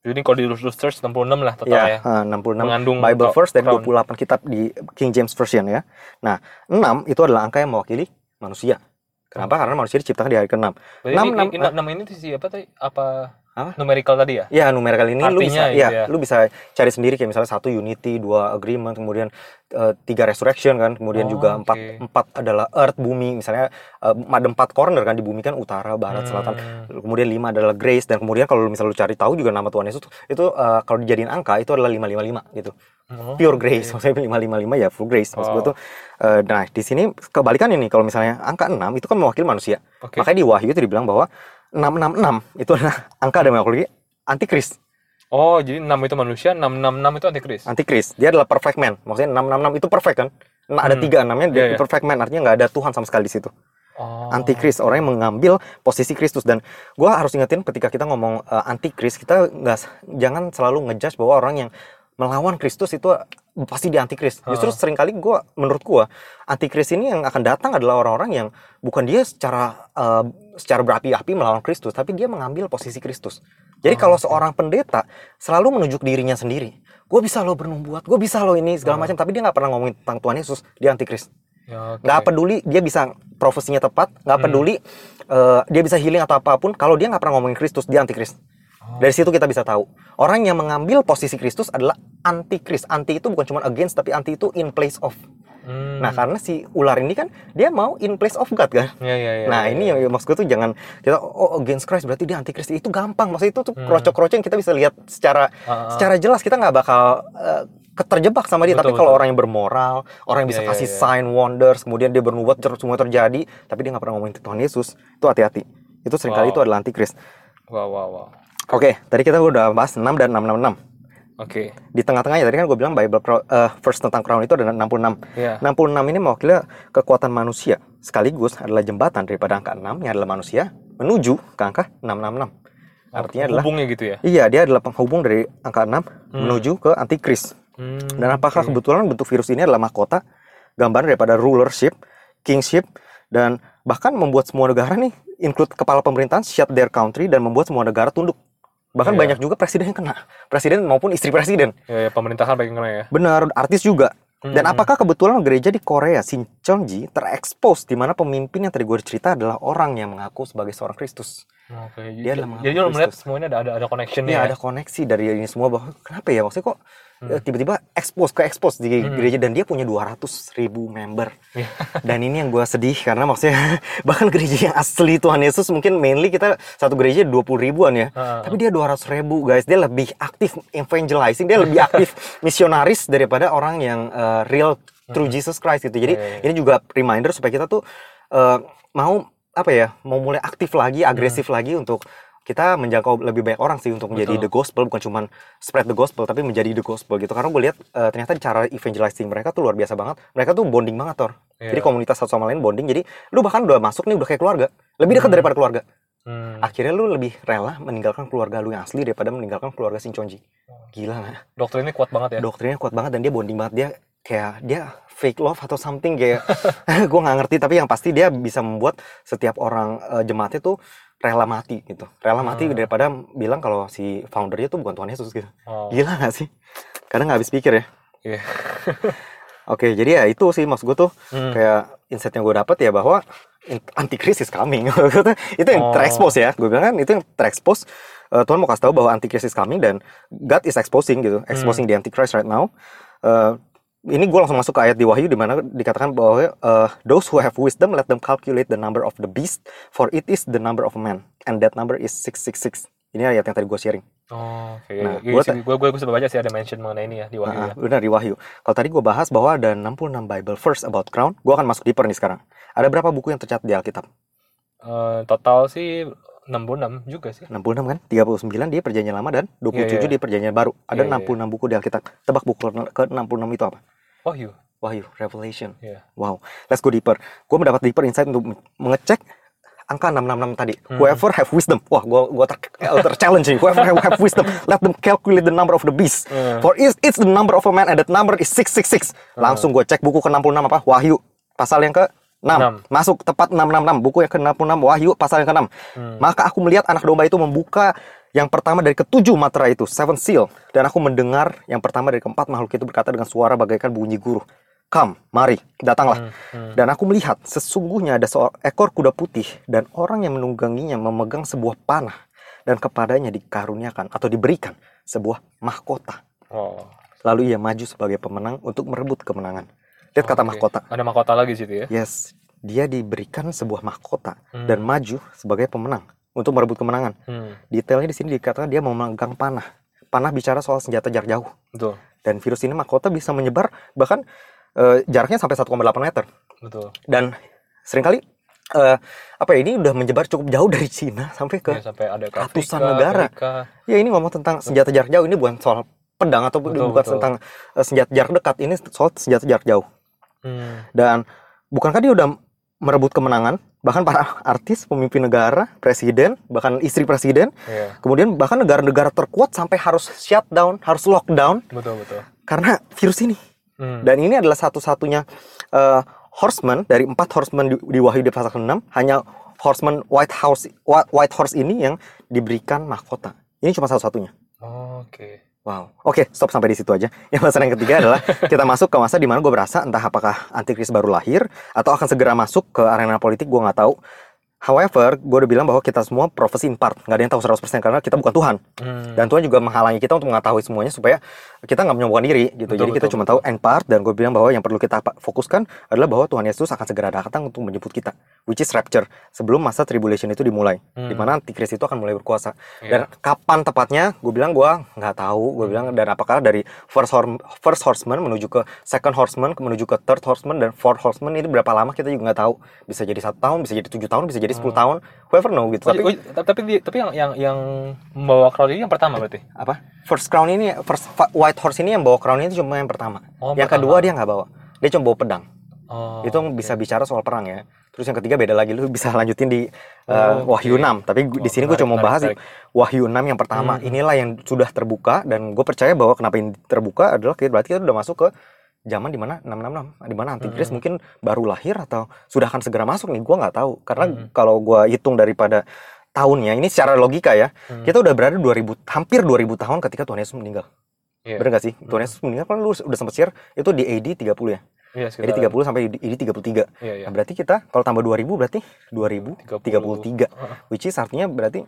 Jadi kalau di search enam puluh enam lah total ya, ya. Uh, enam puluh enam Mengandung Bible verse dan crown. dua puluh delapan kitab di King James Version ya. Nah, enam itu adalah angka yang mewakili manusia. Kenapa? Oh. Karena manusia diciptakan di hari ke-enam. enam, enam, enam ini tuh siapa tadi? Apa? Apa? Numerical tadi ya? Ya, numerical ini artinya lu bisa gitu ya, ya, lu bisa cari sendiri kayak misalnya satu unity, dua agreement, kemudian uh, tiga resurrection kan, kemudian oh, juga empat okay. empat adalah earth bumi, misalnya uh, ada empat corner kan di bumi kan, utara, barat, hmm. selatan. Kemudian lima adalah grace, dan kemudian kalau misalnya lu cari tahu juga nama Tuhan Yesus itu uh, kalau dijadiin angka itu adalah lima lima lima gitu. Oh, pure grace, okay. Maksudnya lima lima lima ya full grace. Maksud oh. gue tuh uh, nah di sini kebalikannya nih, kalau misalnya angka enam itu kan mewakili manusia. Okay. Makanya di Wahyu itu dibilang bahwa enam enam enam itu adalah angka yang mewakili antikris. Oh, jadi enam itu manusia, enam enam enam itu antikris. Antikris. Dia adalah perfect man. Maksudnya enam enam enam itu perfect kan? Nah, ada hmm. tiga enamnya yeah, yeah. perfect man, artinya nggak ada Tuhan sama sekali di situ. Oh. Antikris, orang yang mengambil posisi Kristus. Dan gue harus ingetin ketika kita ngomong uh, antikris, kita nggak jangan selalu ngejudge bahwa orang yang melawan Kristus itu pasti di antikris. Justru uh. seringkali gue, menurut gue, antikris ini yang akan datang adalah orang-orang yang bukan dia secara uh, secara berapi-api melawan Kristus, tapi dia mengambil posisi Kristus. Jadi oh, kalau okay. seorang pendeta selalu menunjuk dirinya sendiri, gue bisa lo bernubuat, gue bisa lo ini segala oh. macam, tapi dia nggak pernah ngomongin tentang Tuhan Yesus, dia antikris. Ya, okay. Nggak peduli dia bisa profesinya tepat, nggak hmm. peduli uh, dia bisa healing atau apapun, kalau dia nggak pernah ngomongin Kristus, dia antikris. Oh. Dari situ kita bisa tahu orang yang mengambil posisi Kristus adalah antikris. Anti itu bukan cuma against, tapi anti itu in place of. Hmm. Nah, karena si ular ini kan dia mau in place of God kan. Ya, ya, ya, nah, ya, ini ya. yang maksud gue tuh jangan kita oh against Christ berarti dia antikris. Itu gampang. Maksudnya itu tuh hmm. krocok-krocok yang kita bisa lihat secara uh-huh. secara jelas, kita nggak bakal uh, terjebak sama dia. Betul, tapi kalau orang yang bermoral, orang yang bisa ya, kasih ya, ya. sign wonders, kemudian dia bernubuat semua terjadi, tapi dia nggak pernah ngomongin Tuhan Yesus, itu hati-hati. Itu seringkali wow. itu adalah antikris. Wow, wow, wow. Oke, okay, tadi kita udah bahas enam dan enam enam enam. Oke. Okay. Di tengah-tengahnya tadi kan gue bilang Bible uh, verse tentang crown itu ada enam puluh enam. Yeah. enam puluh enam ini mewakili kekuatan manusia, sekaligus adalah jembatan daripada angka enam yang adalah manusia menuju ke angka enam enam enam. Artinya adalah hubungnya gitu ya. Iya, dia adalah penghubung dari angka enam hmm. menuju ke antikris. Hmm, dan apakah okay. kebetulan bentuk virus ini adalah mahkota, gambaran daripada rulership, kingship, dan bahkan membuat semua negara nih, include kepala pemerintahan, shut their country, dan membuat semua negara tunduk. Bahkan yeah. banyak juga presiden yang kena. Presiden maupun istri presiden. Ya, yeah, yeah, pemerintahan banyak yang kena ya. Benar, artis juga. Hmm. Dan apakah kebetulan gereja di Korea, Sincheonji, terekspos di mana pemimpin yang tadi gue cerita adalah orang yang mengaku sebagai seorang Kristus. Oke, okay. Dia adalah jadi lo melihat semuanya ada ada ada connection ya, ya. ada koneksi dari ini semua, bahwa kenapa ya maksudnya kok hmm. tiba-tiba expose ke expose di hmm. gereja, dan dia punya dua ratus ribu member. Yeah. Dan ini yang gue sedih karena maksudnya bahkan gereja yang asli Tuhan Yesus mungkin mainly kita satu gereja dua puluh ribuan ya. Uh-huh. Tapi dia dua ratus ribu guys. Dia lebih aktif evangelizing, dia lebih aktif misionaris daripada orang yang uh, real through Jesus Christ gitu. Jadi yeah, yeah. ini juga reminder supaya kita tuh uh, mau apa ya, mau mulai aktif lagi, agresif hmm. lagi untuk kita menjangkau lebih banyak orang sih, untuk menjadi Betul. the gospel, bukan cuma spread the gospel tapi menjadi the gospel gitu. Karena gue lihat uh, ternyata cara evangelizing mereka tuh luar biasa banget. Mereka tuh bonding banget, Tor. Yeah. Jadi komunitas satu sama lain bonding. Jadi lu bahkan udah masuk nih, udah kayak keluarga, lebih dekat hmm. daripada keluarga. Hmm. Akhirnya lu lebih rela meninggalkan keluarga lu yang asli daripada meninggalkan keluarga Sincheonji. Gila nggak? Doktrinnya kuat banget ya. Doktrinnya kuat banget, dan dia bonding banget. Dia kayak dia fake love atau something kayak gue nggak ngerti, tapi yang pasti dia bisa membuat setiap orang uh, jemaatnya tuh rela mati gitu, rela mati hmm. daripada bilang kalau si foundernya tuh bukan Tuhan Yesus gitu. Oh. Gila nggak sih? Kadang nggak habis pikir ya. Yeah. Oke, jadi ya itu sih maksud gue tuh hmm. kayak insight yang gue dapet ya, bahwa antikris is coming. Itu yang oh. terekspos ya, gue bilang kan itu yang terekspos. Uh, Tuhan mau kasih tahu bahwa antikris is coming, dan God is exposing gitu, exposing hmm. the antichrist right now. Uh, Ini gue langsung masuk ke ayat di Wahyu di mana dikatakan bahwa uh, those who have wisdom let them calculate the number of the beast, for it is the number of a man, and that number is six six six. Ini ayat yang tadi gue sharing. Oh, oke. Okay. Nah, gue gue gue sempat baca sih ada mention mengenai ini ya di Wahyu. Uh, ya. Benar, di Wahyu. Kalau tadi gue bahas bahwa ada enam puluh enam Bible verse about crown, gue akan masuk deeper nih sekarang. Ada berapa buku yang tercatat di Alkitab? Uh, total sih enam puluh enam juga sih. enam puluh enam kan? tiga puluh sembilan di Perjanjian Lama dan dua puluh tujuh yeah, yeah. di Perjanjian Baru. Ada yeah, enam puluh enam yeah. buku di Alkitab. Tebak buku ke enam puluh enam itu apa? Wahyu. Wahyu, Revelation. Yeah. Wow. Let's go deeper. Gue mendapat deeper insight untuk mengecek angka enam enam enam tadi. Hmm. Whoever have wisdom. Wah, gue gue ter, ter challenging. Whoever have, have wisdom, let them calculate the number of the beast. Hmm. For it's, it's the number of a man, and that number is six six six. Hmm. Langsung gue cek buku ke enam puluh enam apa? Wahyu. Pasal yang ke enam. Masuk tepat enam enam enam. Buku yang ke enam puluh enam Wahyu pasal yang ke enam. Hmm. Maka aku melihat anak domba itu membuka yang pertama dari ketujuh matra itu, seven seal, dan aku mendengar yang pertama dari keempat makhluk itu berkata dengan suara bagaikan bunyi guru. Come, mari, datanglah. Hmm, hmm. Dan aku melihat sesungguhnya ada seekor kuda putih dan orang yang menungganginya memegang sebuah panah dan kepadanya dikaruniakan atau diberikan sebuah mahkota. Oh. Lalu ia maju sebagai pemenang untuk merebut kemenangan. Lihat oh, kata okay. mahkota. Ada mahkota lagi situ ya? Yes, dia diberikan sebuah mahkota hmm. dan maju sebagai pemenang untuk merebut kemenangan. Hmm. Detailnya di sini dikatakan dia memegang panah. Panah bicara soal senjata jarak jauh. Betul. Dan virus ini mahkota bisa menyebar bahkan uh, jaraknya sampai satu koma delapan meter. Betul. Dan seringkali uh, apa ya, ini udah menyebar cukup jauh dari Cina sampai ke ya, sampai ada ratusan negara. Amerika. Ya ini ngomong tentang senjata jarak jauh, ini bukan soal pedang atau betul, bukan betul. tentang uh, senjata jarak dekat, ini soal senjata jarak jauh. Hmm. Dan bukankah dia udah merebut kemenangan? Bahkan para artis, pemimpin negara, presiden, bahkan istri presiden, yeah. kemudian bahkan negara-negara terkuat sampai harus shutdown, harus lockdown, betul betul, karena virus ini. Hmm. Dan ini adalah satu-satunya uh, horseman dari empat horseman di, di Wahyu di pasal enam, hanya horseman White House, White Horse ini yang diberikan mahkota. Ini cuma satu-satunya. Oh, Oke. Okay. Wow, oke, okay, stop sampai di situ aja. Yang masalah yang ketiga adalah kita masuk ke masa di mana gue berasa entah apakah antikris baru lahir atau akan segera masuk ke arena politik, gue nggak tahu. However, gue udah bilang bahwa kita semua prophecy in part, nggak ada yang tahu seratus persen karena kita bukan Tuhan. Hmm. Dan Tuhan juga menghalangi kita untuk mengetahui semuanya supaya kita nggak menyombongkan diri gitu. Betul, Jadi betul, kita betul. cuma tahu end part, dan gue bilang bahwa yang perlu kita fokuskan adalah bahwa Tuhan Yesus akan segera datang untuk menjemput kita, which is rapture, sebelum masa tribulation itu dimulai, hmm. di mana antikris itu akan mulai berkuasa. Yeah. Dan kapan tepatnya, gue bilang gue nggak tahu. Gue bilang dan apakah dari first, horm- first horseman menuju ke second horseman, menuju ke third horseman dan fourth horseman itu berapa lama kita juga nggak tahu. Bisa jadi satu tahun, bisa jadi tujuh tahun, bisa jadi sepuluh tahun, whoever know gitu. Oh, tapi oh, tapi tapi yang yang yang membawa crown ini yang pertama berarti. Apa? First crown ini, first white horse ini yang bawa crown ini cuma yang pertama. Oh, yang pertama. Kedua dia nggak bawa. Dia cuma bawa pedang. Oh, itu okay. bisa bicara soal perang ya. Terus yang ketiga beda lagi, lu bisa lanjutin di uh, oh, Wahyu okay. enam. Tapi oh, di sini gue cuma mau bahas tarik. Wahyu enam yang pertama. Hmm. Inilah yang sudah terbuka, dan gue percaya bahwa kenapa ini terbuka adalah berarti kita udah masuk ke zaman di mana enam enam enam, di mana antikris hmm. mungkin baru lahir atau sudah akan segera masuk nih, gue nggak tahu. Karena hmm. kalau gue hitung daripada tahunnya, ini secara logika ya, hmm. kita udah berada dua ribu, hampir dua ribu tahun ketika Tuhan Yesus meninggal. Yeah. Bener gak sih? Hmm. Tuhan Yesus meninggal kan lu udah sempat share itu di A D tiga puluh ya. Yeah, jadi tiga puluh sampai A D tiga puluh tiga. Yeah, yeah. Nah, berarti kita kalau tambah dua ribu berarti dua ribu tiga puluh tiga. Uh. Which is artinya berarti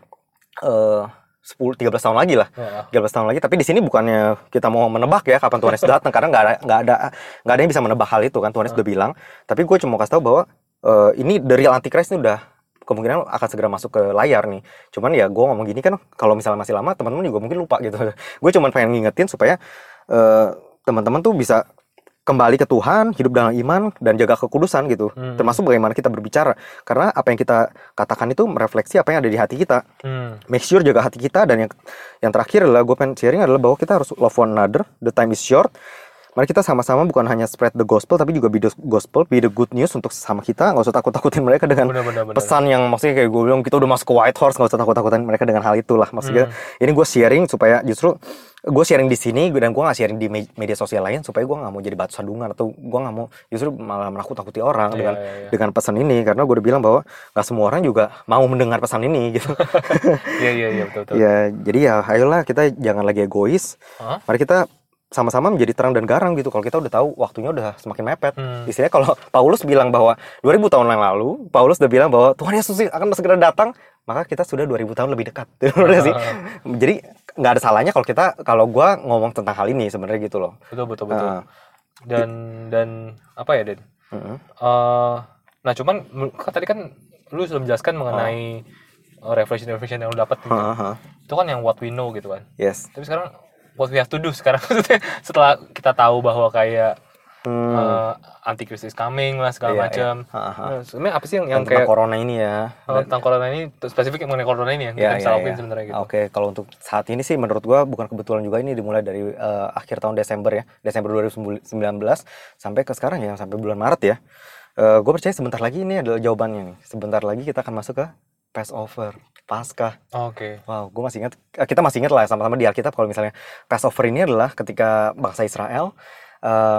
uh, sepuluh tiga belas tahun lagi lah. Ya. tiga belas tahun lagi, tapi di sini bukannya kita mau menebak ya kapan Tuhan Yesus datang, karena enggak ada enggak ada enggak ada yang bisa menebak hal itu kan. Tuhan Yesus ya. udah bilang, tapi gue cuma mau kasih tahu bahwa uh, ini the real antichrist ini udah kemungkinan akan segera masuk ke layar nih. Cuman ya gue ngomong gini kan, kalau misalnya masih lama teman-teman juga mungkin lupa gitu. Gue cuma pengen ngingetin supaya uh, teman-teman tuh bisa kembali ke Tuhan, hidup dalam iman, dan jaga kekudusan gitu. Hmm. Termasuk bagaimana kita berbicara. Karena apa yang kita katakan itu merefleksi apa yang ada di hati kita. Hmm. Make sure jaga hati kita. Dan yang yang terakhir adalah gue pengen sharing adalah bahwa kita harus love one another. The time is short. Mari kita sama-sama bukan hanya spread the gospel, tapi juga be the gospel, be the good news untuk sesama kita. Nggak usah takut-takutin mereka dengan bener, bener, bener. pesan yang maksudnya kayak gue bilang kita udah masuk ke White Horse. Nggak usah takut-takutin mereka dengan hal itulah. Maksudnya hmm. ini gue sharing supaya justru gue sharing di sini, dan gue nggak sharing di media sosial lain supaya gue nggak mau jadi batu sandungan, atau gue nggak mau justru malah menakut-takuti orang yeah, dengan yeah, yeah. dengan pesan ini, karena gue udah bilang bahwa nggak semua orang juga mau mendengar pesan ini gitu. Iya iya iya betul betul. Ya jadi ya ayolah kita jangan lagi egois. Huh? Mari kita sama-sama menjadi terang dan garam gitu. Kalau kita udah tahu waktunya udah semakin mepet. Hmm. Istilahnya kalau Paulus bilang bahwa dua ribu tahun yang lalu, Paulus udah bilang bahwa Tuhan Yesus akan segera datang, maka kita sudah dua ribu tahun lebih dekat. Benar sih? Jadi nggak ada salahnya kalau kita kalau gue ngomong tentang hal ini sebenarnya gitu loh. Betul betul betul. Uh, dan dan apa ya Den? Uh-huh. Uh, nah cuman kan tadi kan lu sudah menjelaskan mengenai uh. revelation revelation yang lu dapat gitu. Uh-huh. Itu kan yang what we know gitu kan. Yes. Tapi sekarang what we have to do sekarang setelah kita tahu bahwa kayak hmm. uh, antichrist is coming lah segala iya, macam. Iya. Nah, sebenarnya apa sih yang, yang tentang kayak corona ini ya? Oh, tentang corona ini spesifik mengenai corona ini yang iya, kita bisa iya, lakuin iya. sebenarnya gitu. Oke, okay, kalau untuk saat ini sih menurut gua bukan kebetulan juga, ini dimulai dari uh, akhir tahun Desember ya, Desember dua ribu sembilan belas sampai ke sekarang ya, sampai bulan Maret ya. Uh, gue percaya sebentar lagi ini adalah jawabannya nih. Sebentar lagi kita akan masuk ke Passover, Paskah. Oh, Oke. Okay. Wow, gue masih ingat, kita masih ingat lah sama-sama di Alkitab kalau misalnya Passover ini adalah ketika bangsa Israel uh,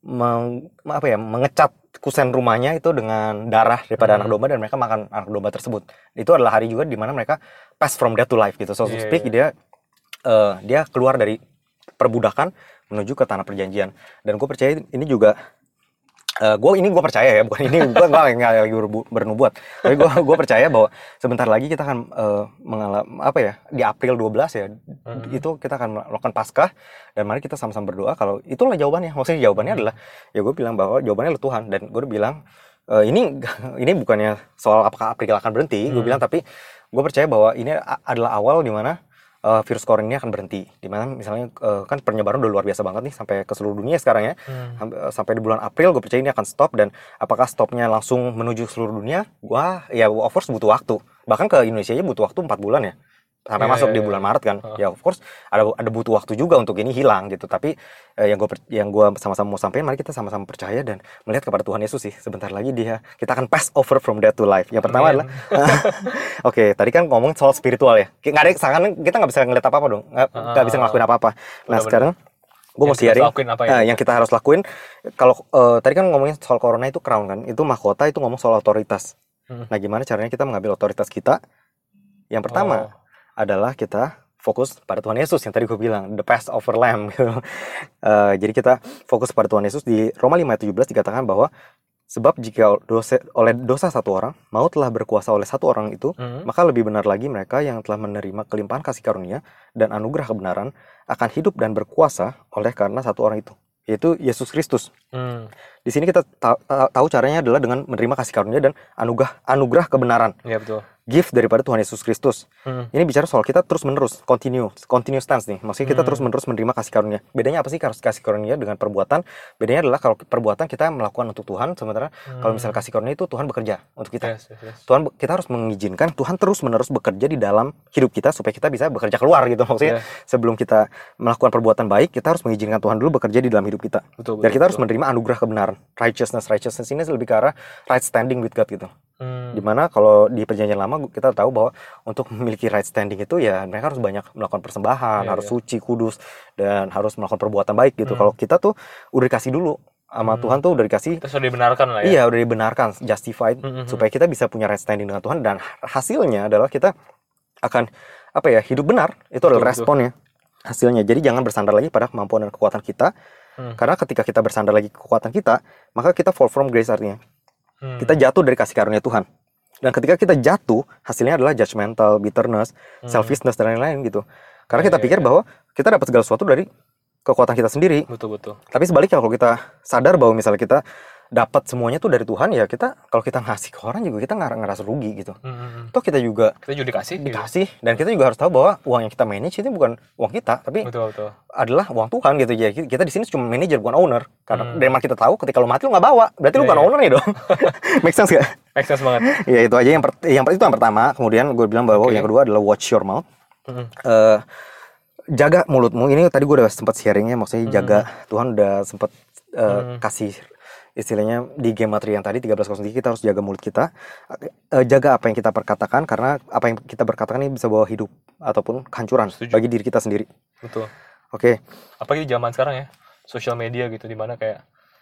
meng, apa ya mengecat kusen rumahnya itu dengan darah daripada Hmm. anak domba, dan mereka makan anak domba tersebut. Itu adalah hari juga di mana mereka pass from death to life gitu, so to Iya, speak. iya. Dia eh, dia keluar dari perbudakan menuju ke tanah perjanjian. Dan gue percaya ini juga Uh, gue ini gue percaya ya, bukan ini gue nggak nggak lagi berbu- bernubuat, tapi gue gue percaya bahwa sebentar lagi kita akan uh, mengalami apa ya, di April dua belas ya, Hmm. itu kita akan melakukan Paskah, dan mari kita sama-sama berdoa kalau itulah jawabannya. Maksudnya jawabannya Hmm. adalah ya gue bilang bahwa jawabannya adalah Tuhan, dan gue bilang uh, ini ini bukannya soal apakah April akan berhenti, gue Hmm. bilang, tapi gue percaya bahwa ini a- adalah awal di mana uh, virus corona ini akan berhenti. Dimana misalnya uh, kan penyebaran udah luar biasa banget nih sampai ke seluruh dunia sekarang ya. Hmm. Ham- uh, sampai di bulan April gue percaya ini akan stop, dan apakah stopnya langsung menuju seluruh dunia? Wah, ya of course butuh waktu. Bahkan ke Indonesia aja butuh waktu empat bulan ya. Sampai Iya, masuk iya, di iya. bulan Maret kan. Heeh. Ya of course ada ada butuh waktu juga untuk ini hilang gitu. Tapi eh, yang gue yang gue sama-sama mau sampaikan, mari kita sama-sama percaya dan melihat kepada Tuhan Yesus sih. Sebentar lagi dia kita akan pass over from death to life. Yang pertama Amin. adalah oke, tadi kan ngomong soal spiritual ya. Kayak nggak ada seakan kita nggak bisa ngeliat apa-apa dong. Nggak nggak bisa ngelakuin apa-apa. Nah, Benar-benar. sekarang gue mau Yang kita sharing lakuin apa ya? eh, yang kita harus lakuin. Kalau eh, tadi kan ngomongin soal corona itu crown kan, itu mahkota, itu ngomong soal otoritas. Hmm. Nah, gimana caranya kita mengambil otoritas kita? Yang pertama Oh. adalah kita fokus pada Tuhan Yesus, yang tadi gue bilang the Passover Lamb gitu. Eh, jadi kita fokus pada Tuhan Yesus. Di Roma lima ayat tujuh belas dikatakan bahwa sebab jika dosa, oleh dosa satu orang maut telah berkuasa oleh satu orang itu, Hmm. maka lebih benar lagi mereka yang telah menerima kelimpahan kasih karunia dan anugerah kebenaran akan hidup dan berkuasa oleh karena satu orang itu, yaitu Yesus Kristus. Hmm. Di sini kita ta- ta- tahu caranya adalah dengan menerima kasih karunia dan anugerah anugerah kebenaran, Iya betul. gift daripada Tuhan Yesus Kristus. Hmm. Ini bicara soal kita terus menerus, continue, continue stance nih. Maksudnya kita Hmm. terus menerus menerima kasih karunia. Bedanya apa sih kasih karunia dengan perbuatan? Bedanya adalah kalau perbuatan kita melakukan untuk Tuhan, sementara Hmm. kalau misalnya kasih karunia itu Tuhan bekerja untuk kita. Yes, yes, yes. Tuhan, kita harus mengizinkan Tuhan terus menerus bekerja di dalam hidup kita supaya kita bisa bekerja keluar gitu. Maksudnya Yes. sebelum kita melakukan perbuatan baik, kita harus mengizinkan Tuhan dulu bekerja di dalam hidup kita. Betul, Dan betul, kita harus betul. menerima anugerah kebenaran, righteousness. Righteousness ini lebih ke arah right standing with God gitu. Hmm. Dimana kalau di perjanjian lama kita tahu bahwa untuk memiliki right standing itu ya mereka harus banyak melakukan persembahan, Iya, harus iya. suci, kudus, dan harus melakukan perbuatan baik gitu. Hmm. Kalau kita tuh udah dikasih dulu sama Hmm. Tuhan, tuh udah dikasih, Kita sudah dibenarkan lah ya. iya udah dibenarkan, justified, Hmm, hmm, hmm. supaya kita bisa punya right standing dengan Tuhan, dan hasilnya adalah kita akan apa ya, hidup benar. Itu adalah Betul, betul. responnya, hasilnya. Jadi jangan bersandar lagi pada kemampuan dan kekuatan kita, Hmm. karena ketika kita bersandar lagi ke kekuatan kita, maka kita fall from grace, artinya Hmm. kita jatuh dari kasih karunia Tuhan. Dan ketika kita jatuh, hasilnya adalah judgmental, bitterness, Hmm. selfishness, dan lain-lain gitu. Karena Ya, kita ya, pikir ya. bahwa kita dapat segala sesuatu dari kekuatan kita sendiri. Betul, betul. Tapi sebaliknya, kalau kita sadar bahwa misalnya kita dapat semuanya tuh dari Tuhan, ya kita kalau kita ngasih ke orang juga kita nggak ngerasa rugi gitu. Hmm, hmm, hmm. Toh kita juga Kita juga dikasih. gitu. dikasih, dan kita juga harus tahu bahwa uang yang kita manage itu bukan uang kita, tapi Betul, betul. adalah uang Tuhan gitu. Ya kita di sini cuma manager, bukan owner. Karena Hmm. dari mana kita tahu ketika lu mati lu nggak bawa, berarti lu Iya, bukan iya. owner nih dong. Make sense gak? Make sense banget. Ya itu aja yang per- yang per- itu yang pertama. Kemudian gue bilang bahwa Oke. yang kedua adalah watch your mouth. Hmm. Eh, jaga mulutmu. Ini tadi gue udah sempat sharingnya, maksudnya Hmm. jaga. Tuhan udah sempat eh, Hmm. kasih istilahnya di gematria yang tadi tiga belas nol tiga, kita harus jaga mulut kita. Eh, jaga apa yang kita perkatakan, karena apa yang kita berkatakan ini bisa bawa hidup ataupun kehancuran Setuju. bagi diri kita sendiri. Betul. Oke. Apalagi di zaman sekarang ya, sosial media gitu, dimana kayak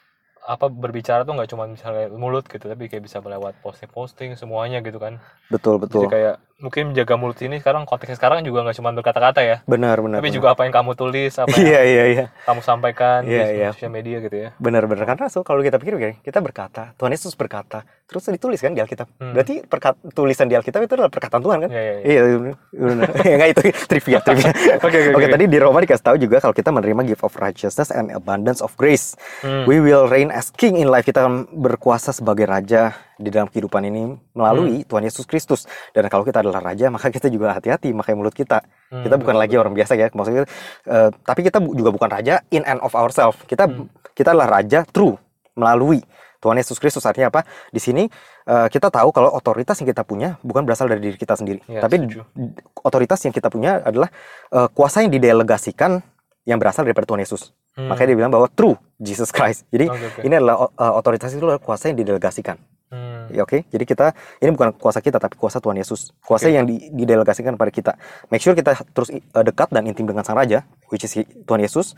apa berbicara tuh nggak cuma misalnya mulut gitu, tapi kayak bisa melewat posting-posting semuanya gitu kan. Betul Jadi betul. kayak mungkin menjaga mulut ini sekarang, konteksnya sekarang juga nggak cuma berkata-kata ya, Benar benar. tapi benar. juga apa yang kamu tulis, apa Iya yang iya iya. kamu sampaikan Iya, di iya. sosial media gitu ya. Benar-benar, karena so, kalau kita pikir kayak kita berkata, Tuhan Yesus berkata, terus ditulis kan di Alkitab. Hmm. Berarti perkat, tulisan di Alkitab itu adalah perkataan Tuhan kan? Iya, iya, iya. Iya, benar. Ya enggak, itu trivia, trivia. Oke, oke, Oke, oke. tadi di Roma dikasih tahu juga kalau kita menerima gift of righteousness and abundance of grace. Hmm. We will reign as king in life. Kita akan berkuasa sebagai raja di dalam kehidupan ini melalui Hmm. Tuhan Yesus Kristus. Dan kalau kita adalah raja, maka kita juga hati-hati pakai mulut kita. Hmm, Kita bukan betul, lagi orang biasa ya, maksudnya. eh, tapi kita bu- juga bukan raja in and of ourselves. Kita Hmm. kita adalah raja true melalui Tuhan Yesus Kristus. Artinya apa? Di sini eh, kita tahu kalau otoritas yang kita punya bukan berasal dari diri kita sendiri, Ya, tapi setuju. d- otoritas yang kita punya adalah eh, kuasa yang didelegasikan yang berasal daripada Tuhan Yesus. Hmm. Makanya dia bilang bahwa true Jesus Christ. Jadi Oke, oke. ini adalah eh, otoritas itu adalah kuasa yang didelegasikan. Hmm. Ya, oke. Jadi kita ini bukan kuasa kita tapi kuasa Tuhan Yesus. Kuasa Oke. yang di- didelegasikan pada kita. Make sure kita terus uh, dekat dan intim dengan Sang Raja, which is Tuhan Yesus.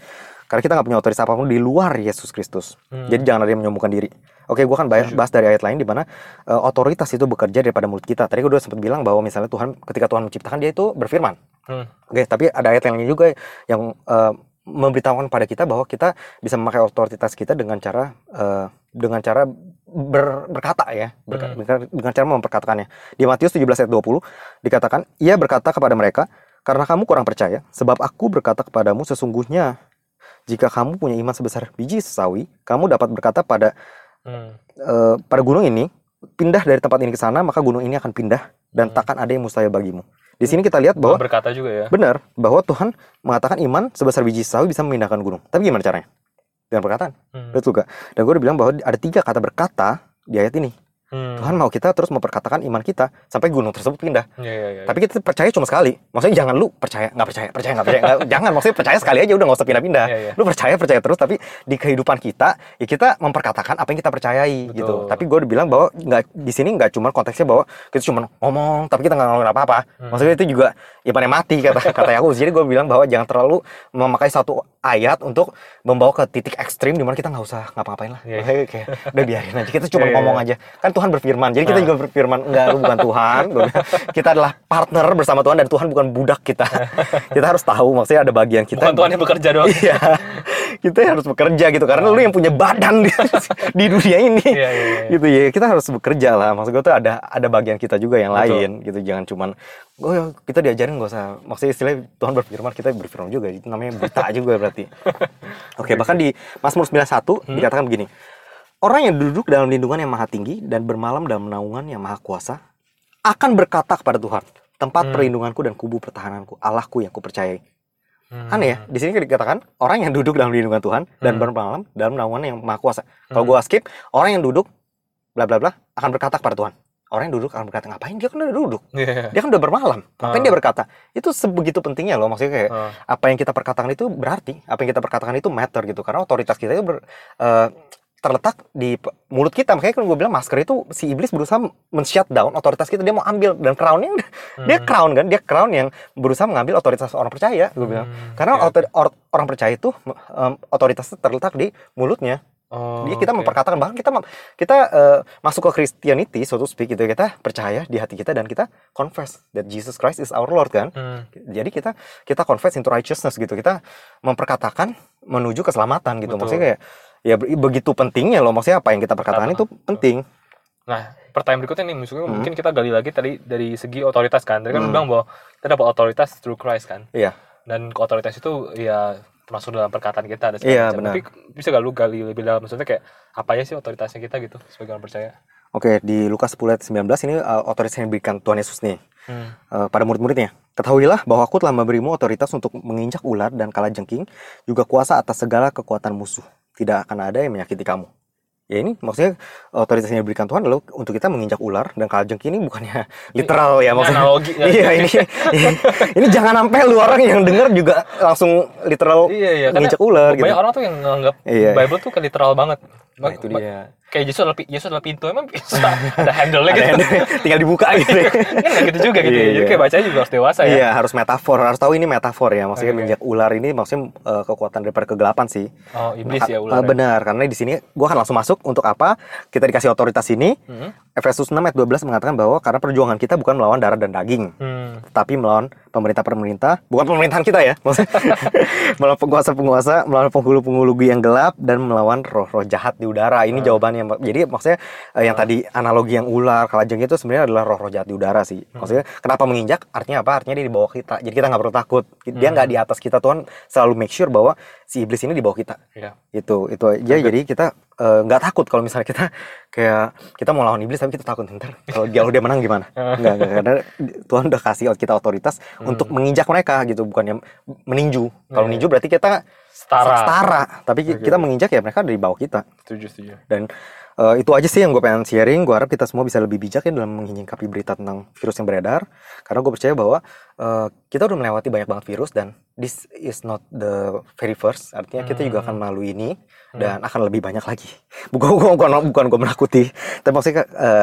Karena kita nggak punya otoritas apapun di luar Yesus Kristus. Hmm. Jadi jangan ada yang menyombongkan diri. Oke, gue kan bahas, bahas dari ayat lain di mana uh, otoritas itu bekerja daripada mulut kita. Tadi gue udah sempat bilang bahwa misalnya Tuhan, ketika Tuhan menciptakan, dia itu berfirman. Hmm. Oke, tapi ada ayat lainnya juga yang uh, memberitahukan pada kita bahwa kita bisa memakai otoritas kita dengan cara uh, dengan cara ber, berkata ya, berka, hmm. dengan cara memperkatakannya. Di Matius tujuh belas ayat dua puluh dikatakan, ia berkata kepada mereka, karena kamu kurang percaya, sebab aku berkata kepadamu sesungguhnya jika kamu punya iman sebesar biji sawi, kamu dapat berkata pada Hmm. Uh, pada gunung ini, pindah dari tempat ini ke sana, maka gunung ini akan pindah dan hmm. takkan ada yang mustahil bagimu. Di sini kita lihat bahwa berkata juga ya. Benar, bahwa Tuhan mengatakan iman sebesar biji sawi bisa memindahkan gunung. Tapi gimana caranya? Dengan perkataan. Hmm. Betul gak? Dan gue udah bilang bahwa ada tiga kata berkata di ayat ini. Hmm. Tuhan mau kita terus memperkatakan iman kita sampai gunung tersebut pindah. Ya, ya, ya, Tapi kita percaya cuma sekali. Maksudnya jangan lu percaya, nggak percaya, percaya nggak percaya. Gak, jangan, maksudnya percaya sekali aja udah nggak usah pindah-pindah. Ya, ya. Lu percaya, percaya terus. Tapi di kehidupan kita, ya kita memperkatakan apa yang kita percayai. Betul. Gitu. Tapi gue udah bilang bahwa nggak di sini nggak cuma konteksnya bahwa kita cuma ngomong, tapi kita nggak ngelakuin apa-apa. Hmm. Maksudnya itu juga iman yang mati kata kata Yakobus. Jadi gue bilang bahwa jangan terlalu memakai satu ayat untuk membawa ke titik ekstrim di mana kita nggak usah ngapa-ngapain lah. Ya, ya. Kayak udah biarin aja. Kita cuma ya, ngomong ya. aja. Kan Tuhan berfirman. Jadi kita juga berfirman, enggak, lu bukan Tuhan. Kita adalah partner bersama Tuhan dan Tuhan bukan budak kita. Kita harus tahu, maksudnya ada bagian kita. Bukan Tuhan yang bekerja doang. Iya. Kita harus bekerja gitu karena lu yang punya badan di, di dunia ini. Iya, iya, iya. Gitu ya. Kita harus bekerja lah. Maksud gue tuh ada ada bagian kita juga yang Betul. lain gitu. Jangan cuman oh kita diajarin enggak usah. Maksudnya istilahnya Tuhan berfirman, kita berfirman juga. Itu namanya berita juga berarti. Oke, bahkan di Mazmur sembilan puluh satu hmm? dikatakan begini. Orang yang duduk dalam lindungan yang maha tinggi dan bermalam dalam naungan yang maha kuasa akan berkata kepada Tuhan, tempat hmm. perlindunganku dan kubu pertahananku, Allahku yang kupercayai. Hmm. Aneh ya, di sini dikatakan orang yang duduk dalam lindungan Tuhan dan hmm. bermalam dalam naungan yang maha kuasa. Hmm. Kalau gue skip, orang yang duduk bla bla bla akan berkata kepada Tuhan. Orang yang duduk akan berkata, ngapain? Dia kan udah duduk. Yeah. Dia kan udah bermalam. Ngapain uh. dia berkata? Itu sebegitu pentingnya loh. Maksudnya kayak uh. apa yang kita perkatakan itu berarti. Apa yang kita perkatakan itu matter gitu. Karena otoritas kita itu ber, uh, terletak di mulut kita. Makanya kan gue bilang masker itu si iblis berusaha men-shutdown otoritas kita. Dia mau ambil. Dan crown-nya hmm. dia crown kan. Dia crown yang berusaha mengambil otoritas orang percaya. Gue bilang. Hmm. Karena okay, otor- or- orang percaya itu um, otoritasnya terletak di mulutnya. Oh, Dia kita okay. memperkatakan, bahkan kita kita uh, masuk ke Christianity, so to speak gitu, kita percaya di hati kita dan kita confess that Jesus Christ is our Lord kan. Hmm. Jadi kita kita confess into righteousness gitu. Kita memperkatakan menuju keselamatan gitu. Betul. Maksudnya kayak ya begitu pentingnya loh. Maksudnya apa yang kita perkatakan itu penting. Nah, pertanyaan berikutnya nih, maksudnya hmm. mungkin kita gali lagi tadi dari segi otoritas kan. Tadi kan hmm. bilang bahwa kita dapat otoritas through Christ kan. Iya. Dan otoritas itu ya masuk dalam perkataan kita dan segala macam. Tapi bisa gak lu gali lebih dalam, maksudnya kayak apa ya sih otoritasnya kita gitu sebagai orang percaya? Oke, di Lukas sepuluh ayat sembilan belas ini uh, otoritas yang diberikan Tuhan Yesus nih hmm. uh, pada murid-muridnya. Ketahuilah bahwa aku telah memberimu otoritas untuk menginjak ular dan kalajengking, juga kuasa atas segala kekuatan musuh. Tidak akan ada yang menyakiti kamu. Ya ini maksudnya otoritas yang diberikan Tuhan adalah untuk kita menginjak ular dan kalajengking ini bukannya literal ya maksudnya. Analogi. Iya ini, ini ini jangan sampai lu orang yang dengar juga langsung literal iya, iya, menginjak ular gitu. Banyak orang tuh yang nganggap iya. Bible tuh kan literal banget. Nah, itu dia. Kayak Yesus adalah, Yesus adalah pintu, emang bisa ada handle-nya gitu. Handle, tinggal dibuka gitu. Kan nggak gitu juga gitu. Iya, Jadi kayak bacanya juga harus dewasa ya. Iya, harus metafor, harus tahu ini metafor ya. Maksudnya okay. menginjak ular ini maksudnya uh, kekuatan daripada kegelapan sih. Oh, iblis ya ular. Uh, benar, karena di sini gua akan langsung masuk untuk apa? Kita dikasih otoritas ini. Hmm. Efesus enam ayat dua belas mengatakan bahwa karena perjuangan kita bukan melawan darah dan daging, hmm. tapi melawan pemerintah-pemerintah, bukan pemerintahan kita ya, maksudnya melawan penguasa-penguasa, melawan penghulu-penghulu yang gelap dan melawan roh-roh jahat di udara. Ini hmm. jawabannya. Jadi maksudnya uh, yang hmm. tadi analogi yang ular, kalajengking itu sebenarnya adalah roh-roh jahat di udara sih. Maksudnya hmm. kenapa menginjak? Artinya apa? Artinya dia di bawah kita. Jadi kita nggak perlu takut. Dia nggak hmm. di atas kita. Tuhan selalu make sure bahwa si iblis ini di bawah kita. Yeah. Itu itu aja. Okay. Jadi kita nggak uh, takut kalau misalnya kita kayak kita mau lawan iblis tapi kita takut ntar kalau dia dia menang gimana? Nggak nggak karena Tuhan udah kasih kita otoritas hmm. untuk menginjak mereka gitu, bukannya meninju. Kalau yeah. ninju berarti kita setara. setara. Tapi okay. kita menginjak ya mereka dari bawah kita. Setuju setuju. Dan Uh, itu aja sih yang gue pengen sharing. Gue harap kita semua bisa lebih bijak ya dalam menyikapi berita tentang virus yang beredar. Karena gue percaya bahwa uh, kita udah melewati banyak banget virus dan this is not the very first. Artinya kita hmm. juga akan melalui ini dan hmm. akan lebih banyak lagi. Bukan bukan bukan gue menakuti, tapi maksudnya uh,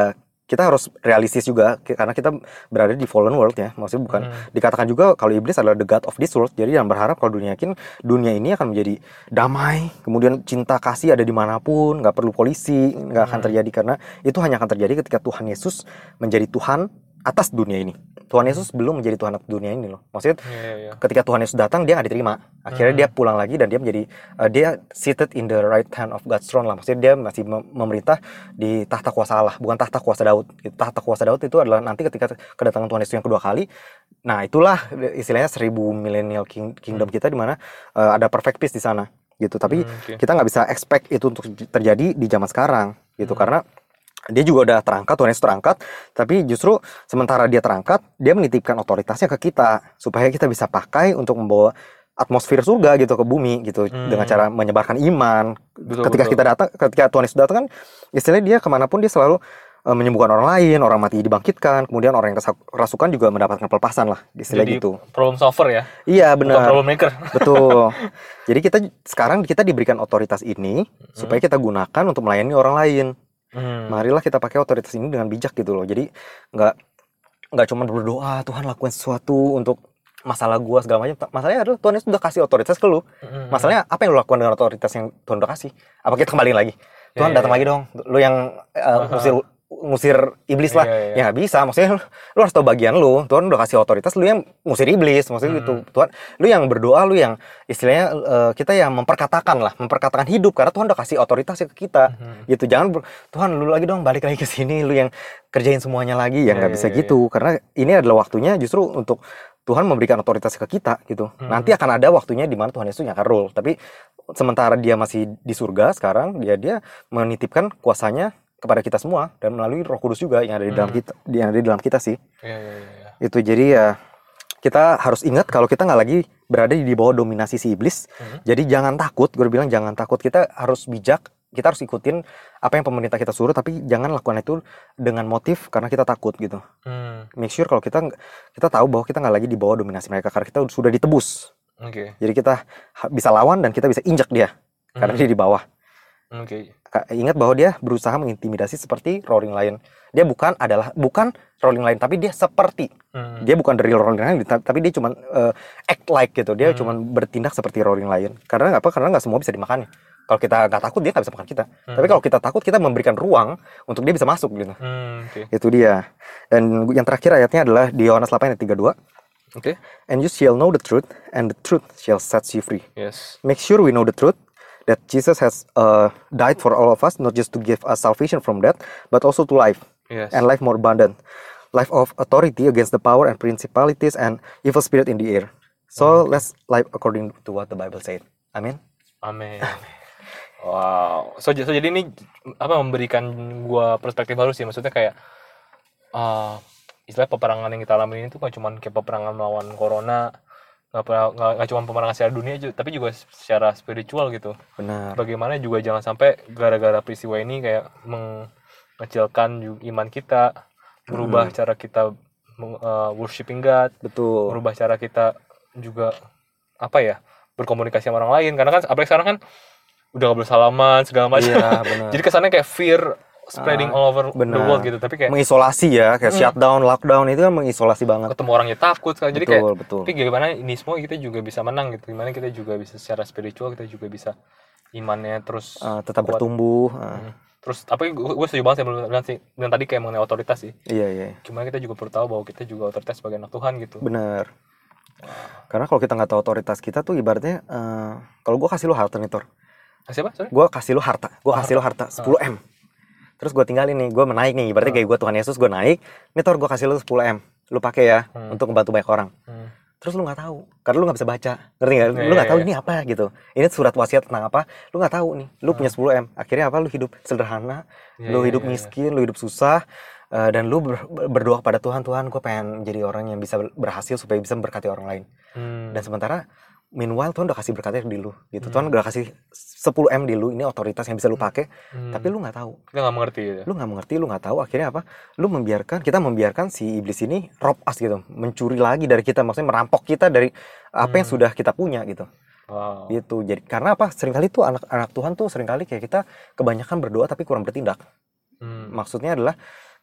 kita harus realistis juga karena kita berada di fallen world ya. Maksudnya bukan hmm. dikatakan juga kalau iblis adalah the god of this world. Jadi yang berharap kalau dunia yakin dunia ini akan menjadi damai, kemudian cinta kasih ada dimanapun, nggak perlu polisi, nggak akan terjadi karena itu hanya akan terjadi ketika Tuhan Yesus menjadi Tuhan atas dunia ini. Tuhan Yesus belum menjadi Tuhan atas dunia ini loh. Maksudnya yeah, yeah, yeah. ketika Tuhan Yesus datang dia nggak diterima. Akhirnya hmm. dia pulang lagi dan dia menjadi uh, dia seated in the right hand of God's throne lah. Maksudnya dia masih mem- memerintah di tahta kuasa Allah, bukan tahta kuasa Daud. Tahta kuasa Daud itu adalah nanti ketika kedatangan Tuhan Yesus yang kedua kali. Nah itulah istilahnya seribu millennial king- kingdom kita di mana uh, ada perfect peace di sana gitu. Tapi hmm, okay. kita nggak bisa expect itu untuk terjadi di zaman sekarang gitu hmm. karena dia juga udah terangkat, Tuhan Yesus terangkat, tapi justru sementara dia terangkat, dia menitipkan otoritasnya ke kita supaya kita bisa pakai untuk membawa atmosfer surga gitu ke bumi gitu hmm. dengan cara menyebarkan iman. Betul, ketika betul. kita datang, ketika Tuhan Yesus datang kan, istilahnya dia kemanapun dia selalu uh, menyembuhkan orang lain, orang mati dibangkitkan, kemudian orang yang kerasukan juga mendapatkan pelepasan lah, istilah jadi gitu. Problem solver ya? Iya benar. Bukan problem maker. Betul. Jadi kita sekarang kita diberikan otoritas ini hmm. supaya kita gunakan untuk melayani orang lain. Hmm. Marilah kita pakai otoritas ini dengan bijak gitu loh. Jadi nggak nggak cuma berdoa Tuhan lakukan sesuatu untuk masalah gua segala macam. Masalahnya adalah Tuhan sudah kasih otoritas ke lu. Hmm. Masalahnya apa yang lu lakukan dengan otoritas yang Tuhan udah kasih? Apa kita kembali lagi? Tuhan yeah, datang yeah. lagi dong. Lu yang uh, ngusir ngusir iblis lah. Yeah, yeah. Ya nggak bisa. Maksudnya lu, lu harus tahu bagian lu. Tuhan udah kasih otoritas, lu yang ngusir iblis. Maksudnya hmm. gitu. Tuhan, lu yang berdoa, lu yang istilahnya uh, kita yang memperkatakan lah, memperkatakan hidup karena Tuhan udah kasih otoritasnya ke kita. Hmm. Gitu. Jangan Tuhan lu lagi dong balik lagi ke sini, lu yang kerjain semuanya lagi. Ya nggak yeah, bisa yeah, gitu. Yeah. Karena ini adalah waktunya justru untuk Tuhan memberikan otoritas ke kita gitu. Hmm. Nanti akan ada waktunya di mana Tuhan Yesus yang akan rule. Tapi sementara dia masih di surga sekarang, dia dia menitipkan kuasanya kepada kita semua dan melalui Roh Kudus juga yang ada di dalam hmm. kita, yang ada di dalam kita sih. Ya, ya, ya. Itu jadi ya kita harus ingat kalau kita nggak lagi berada di bawah dominasi si iblis. Hmm. Jadi jangan takut, gue bilang jangan takut. Kita harus bijak, kita harus ikutin apa yang pemerintah kita suruh, tapi jangan lakukan itu dengan motif karena kita takut gitu. Hmm. Make sure kalau kita kita tahu bahwa kita nggak lagi di bawah dominasi mereka karena kita sudah ditebus. Okay. Jadi kita bisa lawan dan kita bisa injak dia karena hmm. dia di bawah. Oke. Okay. Ingat bahwa dia berusaha mengintimidasi seperti roaring lion. Dia bukan adalah bukan roaring lion, tapi dia seperti. Hmm. Dia bukan the real roaring lion, tapi dia cuma uh, act like gitu. Dia hmm. cuma bertindak seperti roaring lion. Karena apa? Karena nggak semua bisa dimakan. Kalau kita nggak takut, dia nggak bisa makan kita. Hmm. Tapi kalau kita takut, kita memberikan ruang untuk dia bisa masuk gitu. Hmm, okay. Itu dia. Dan yang terakhir ayatnya adalah di Yohanes delapan ayat tiga puluh dua. Oke. Okay. And you shall know the truth, and the truth shall set you free. Yes. Make sure we know the truth. That Jesus has uh, died for all of us, not just to give us salvation from death, but also to life, yes. and life more abundant, life of authority against the power and principalities and evil spirit in the air. So okay. let's live according to what the Bible said. Amin. Amin. Wow. So, so jadi ini apa memberikan gua perspektif baru sih, maksudnya kayak uh, istilah peperangan yang kita alami ini tuh kan cuma kayak peperangan melawan corona. Nggak, nggak, nggak cuma peperangan secara dunia tapi juga secara spiritual gitu. Benar. Bagaimana juga jangan sampai gara-gara peristiwa ini kayak mengecilkan iman kita, merubah hmm. cara kita uh, worshiping God. Betul. Merubah cara kita juga apa ya berkomunikasi sama orang lain karena kan apalagi sekarang kan udah nggak boleh salaman segala macam. Iya, benar. Jadi kesannya kayak fear spreading ah, all over bener. the world gitu, tapi kayak mengisolasi ya, kayak hmm. shutdown, lockdown itu kan mengisolasi banget. Ketemu orangnya takut kan, jadi betul, kayak betul. Tapi gimana ini semua kita juga bisa menang gitu, gimana kita juga bisa secara spiritual kita juga bisa imannya terus uh, tetap kuat. Bertumbuh. Uh. Hmm. Terus apa gue setuju banget sih bilang sih dengan tadi kayak mengenai otoritas sih. Iya iya. Gimana kita juga perlu tahu bahwa kita juga otoritas sebagai anak Tuhan gitu. Benar. Wow. Karena kalau kita nggak tahu otoritas kita tuh ibaratnya, uh, kalau gue kasih lo harta nih Tor. Kasih apa? Sorry? Gue kasih lo harta, gue kasih lo harta sepuluh M. Terus gue tinggalin nih, gue menaik nih, berarti hmm. kayak gue Tuhan Yesus, gue naik. Nih Tor, gue kasih lu sepuluh M, lu pakai ya hmm. untuk membantu banyak orang. Hmm. Terus lu nggak tahu, karena lu nggak bisa baca, ngerti nggak? Lu nggak tahu ini apa gitu. Ini surat wasiat tentang apa? Lu nggak tahu nih. Lu hmm. punya sepuluh M, akhirnya apa? Lu hidup sederhana, yeah, lu hidup yeah, miskin, yeah. lu hidup susah, uh, dan lu ber- berdoa pada Tuhan, Tuhan, gue pengen jadi orang yang bisa berhasil supaya bisa memberkati orang lain. Hmm. Dan sementara meanwhile Tuhan udah kasih berkatnya di lu gitu. Hmm. Tuhan udah kasih sepuluh M di lu, ini otoritas yang bisa lu pakai, hmm. tapi lu nggak tahu. Lu nggak mengerti ya? Lu nggak mengerti, lu nggak tahu. Akhirnya apa? Lu membiarkan, kita membiarkan si iblis ini rob us gitu, mencuri lagi dari kita, maksudnya merampok kita dari apa hmm. yang sudah kita punya gitu. Wow. Gitu. Jadi karena apa? Seringkali tuh anak-anak Tuhan tuh seringkali kayak kita kebanyakan berdoa tapi kurang bertindak. Hmm. Maksudnya adalah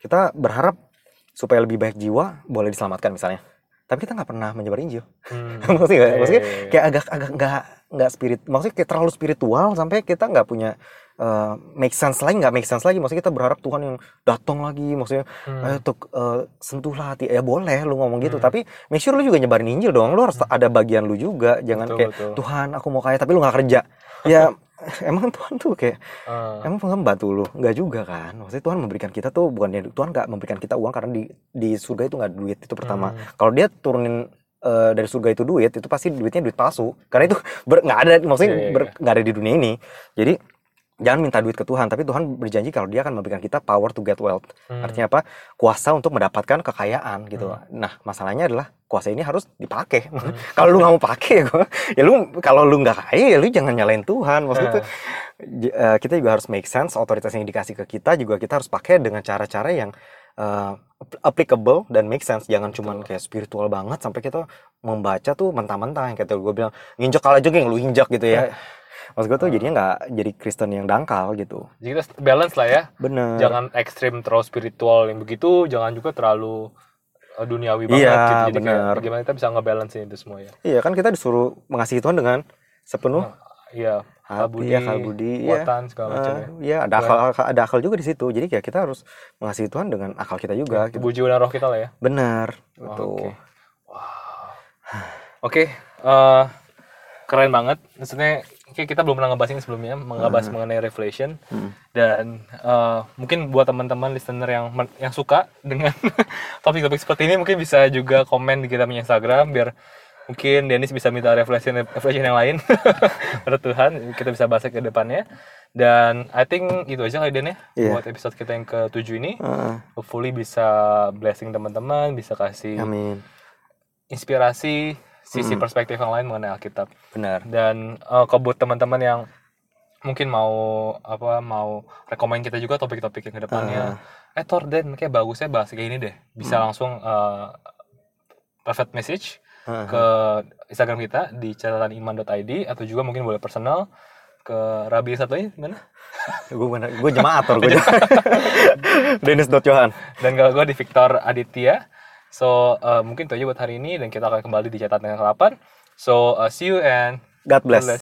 kita berharap supaya lebih baik jiwa boleh diselamatkan misalnya. Tapi kita nggak pernah menyebar Injil. Hmm. maksudnya nggak, maksudnya kayak agak agak nggak nggak spirit, maksudnya kayak terlalu spiritual sampai kita nggak punya uh, make sense lagi, nggak make sense lagi. Maksudnya kita berharap Tuhan yang datang lagi, maksudnya hmm. ayo tuh uh, sentuhlah hati. Ya boleh lu ngomong gitu, hmm. tapi make sure lu juga nyebarin Injil dong. Lu harus hmm. ada bagian lu juga. Jangan betul, kayak betul. Tuhan aku mau kaya tapi lu nggak kerja. Ya emang Tuhan tuh kayak uh. emang Tuhan bantu lu, nggak juga kan? Maksudnya Tuhan memberikan kita tuh bukan Tuhan nggak memberikan kita uang karena di di surga itu nggak duit itu pertama. Hmm. Kalau dia turunin uh, dari surga itu duit, itu pasti duitnya duit palsu karena itu nggak ada, maksudnya nggak yeah, yeah, yeah. ada di dunia ini. Jadi jangan minta duit ke Tuhan, tapi Tuhan berjanji kalau dia akan memberikan kita power to get wealth. Hmm. Artinya apa? Kuasa untuk mendapatkan kekayaan gitu. Hmm. Nah, masalahnya adalah kuasa ini harus dipakai. Hmm. Kalau lu nggak mau pakai, ya lu kalau lu nggak kaya, ya lu jangan nyalain Tuhan. Maksudnya hmm. uh, kita juga harus make sense. Otoritas yang dikasih ke kita juga kita harus pakai dengan cara-cara yang uh, applicable dan make sense. Jangan cuman kayak spiritual banget sampai kita membaca tuh mentah-mentah yang kayak gue bilang nginjek aja yang lu injak gitu ya. Maksud gue tuh hmm. jadinya nggak jadi Kristen yang dangkal gitu. Jadi kita balance lah ya. Bener. Jangan ekstrim terlalu spiritual yang begitu, jangan juga terlalu uh, duniawi banget iya, gitu. Jadi bener. kayak gimana kita bisa nge-balance itu semua ya. Iya kan kita disuruh mengasihi Tuhan dengan sepenuh nah, iya, hati, akal budi, kekuatan segala macam ya. Iya, ada akal, ada akal juga di situ. Jadi kayak kita harus mengasihi Tuhan dengan akal kita juga. Ya, tubuh, jiwa dan roh kita lah ya. Benar. Oh, Oke. Okay. Wow. Oke, okay, uh, keren banget. Maksudnya Oke, kita belum pernah ngebahas ini sebelumnya, ngebahas hmm. mengenai Revelation. Hmm. Dan uh, mungkin buat teman-teman listener yang yang suka dengan topik-topik seperti ini, mungkin bisa juga komen di kita punya Instagram, biar mungkin Dennis bisa minta Revelation Revelation yang lain. Menurut Tuhan, kita bisa bahas ke depannya. Dan I think itu aja kali Den ya, yeah. buat episode kita yang ketujuh ini. Uh. Hopefully bisa blessing teman-teman, bisa kasih Amin. inspirasi, sisi hmm. perspektif yang lain mengenai Alkitab. Benar. Dan uh, kalau buat teman-teman yang mungkin mau apa mau rekomen kita juga topik-topik yang kedepannya, uh. eh Tor Den kayak bagusnya bahas kayak ini deh. Bisa hmm. langsung uh, private message uh-huh. ke Instagram kita di catatan iman dot i d atau juga mungkin boleh personal ke Rabi satunya gimana? gue bener, gue jemaator gue. Dennis dot Johan. Dan kalau gue di Victor Aditya. So, uh, mungkin itu aja buat hari ini dan kita akan kembali di catatan yang ke delapan. So, uh, see you and God bless.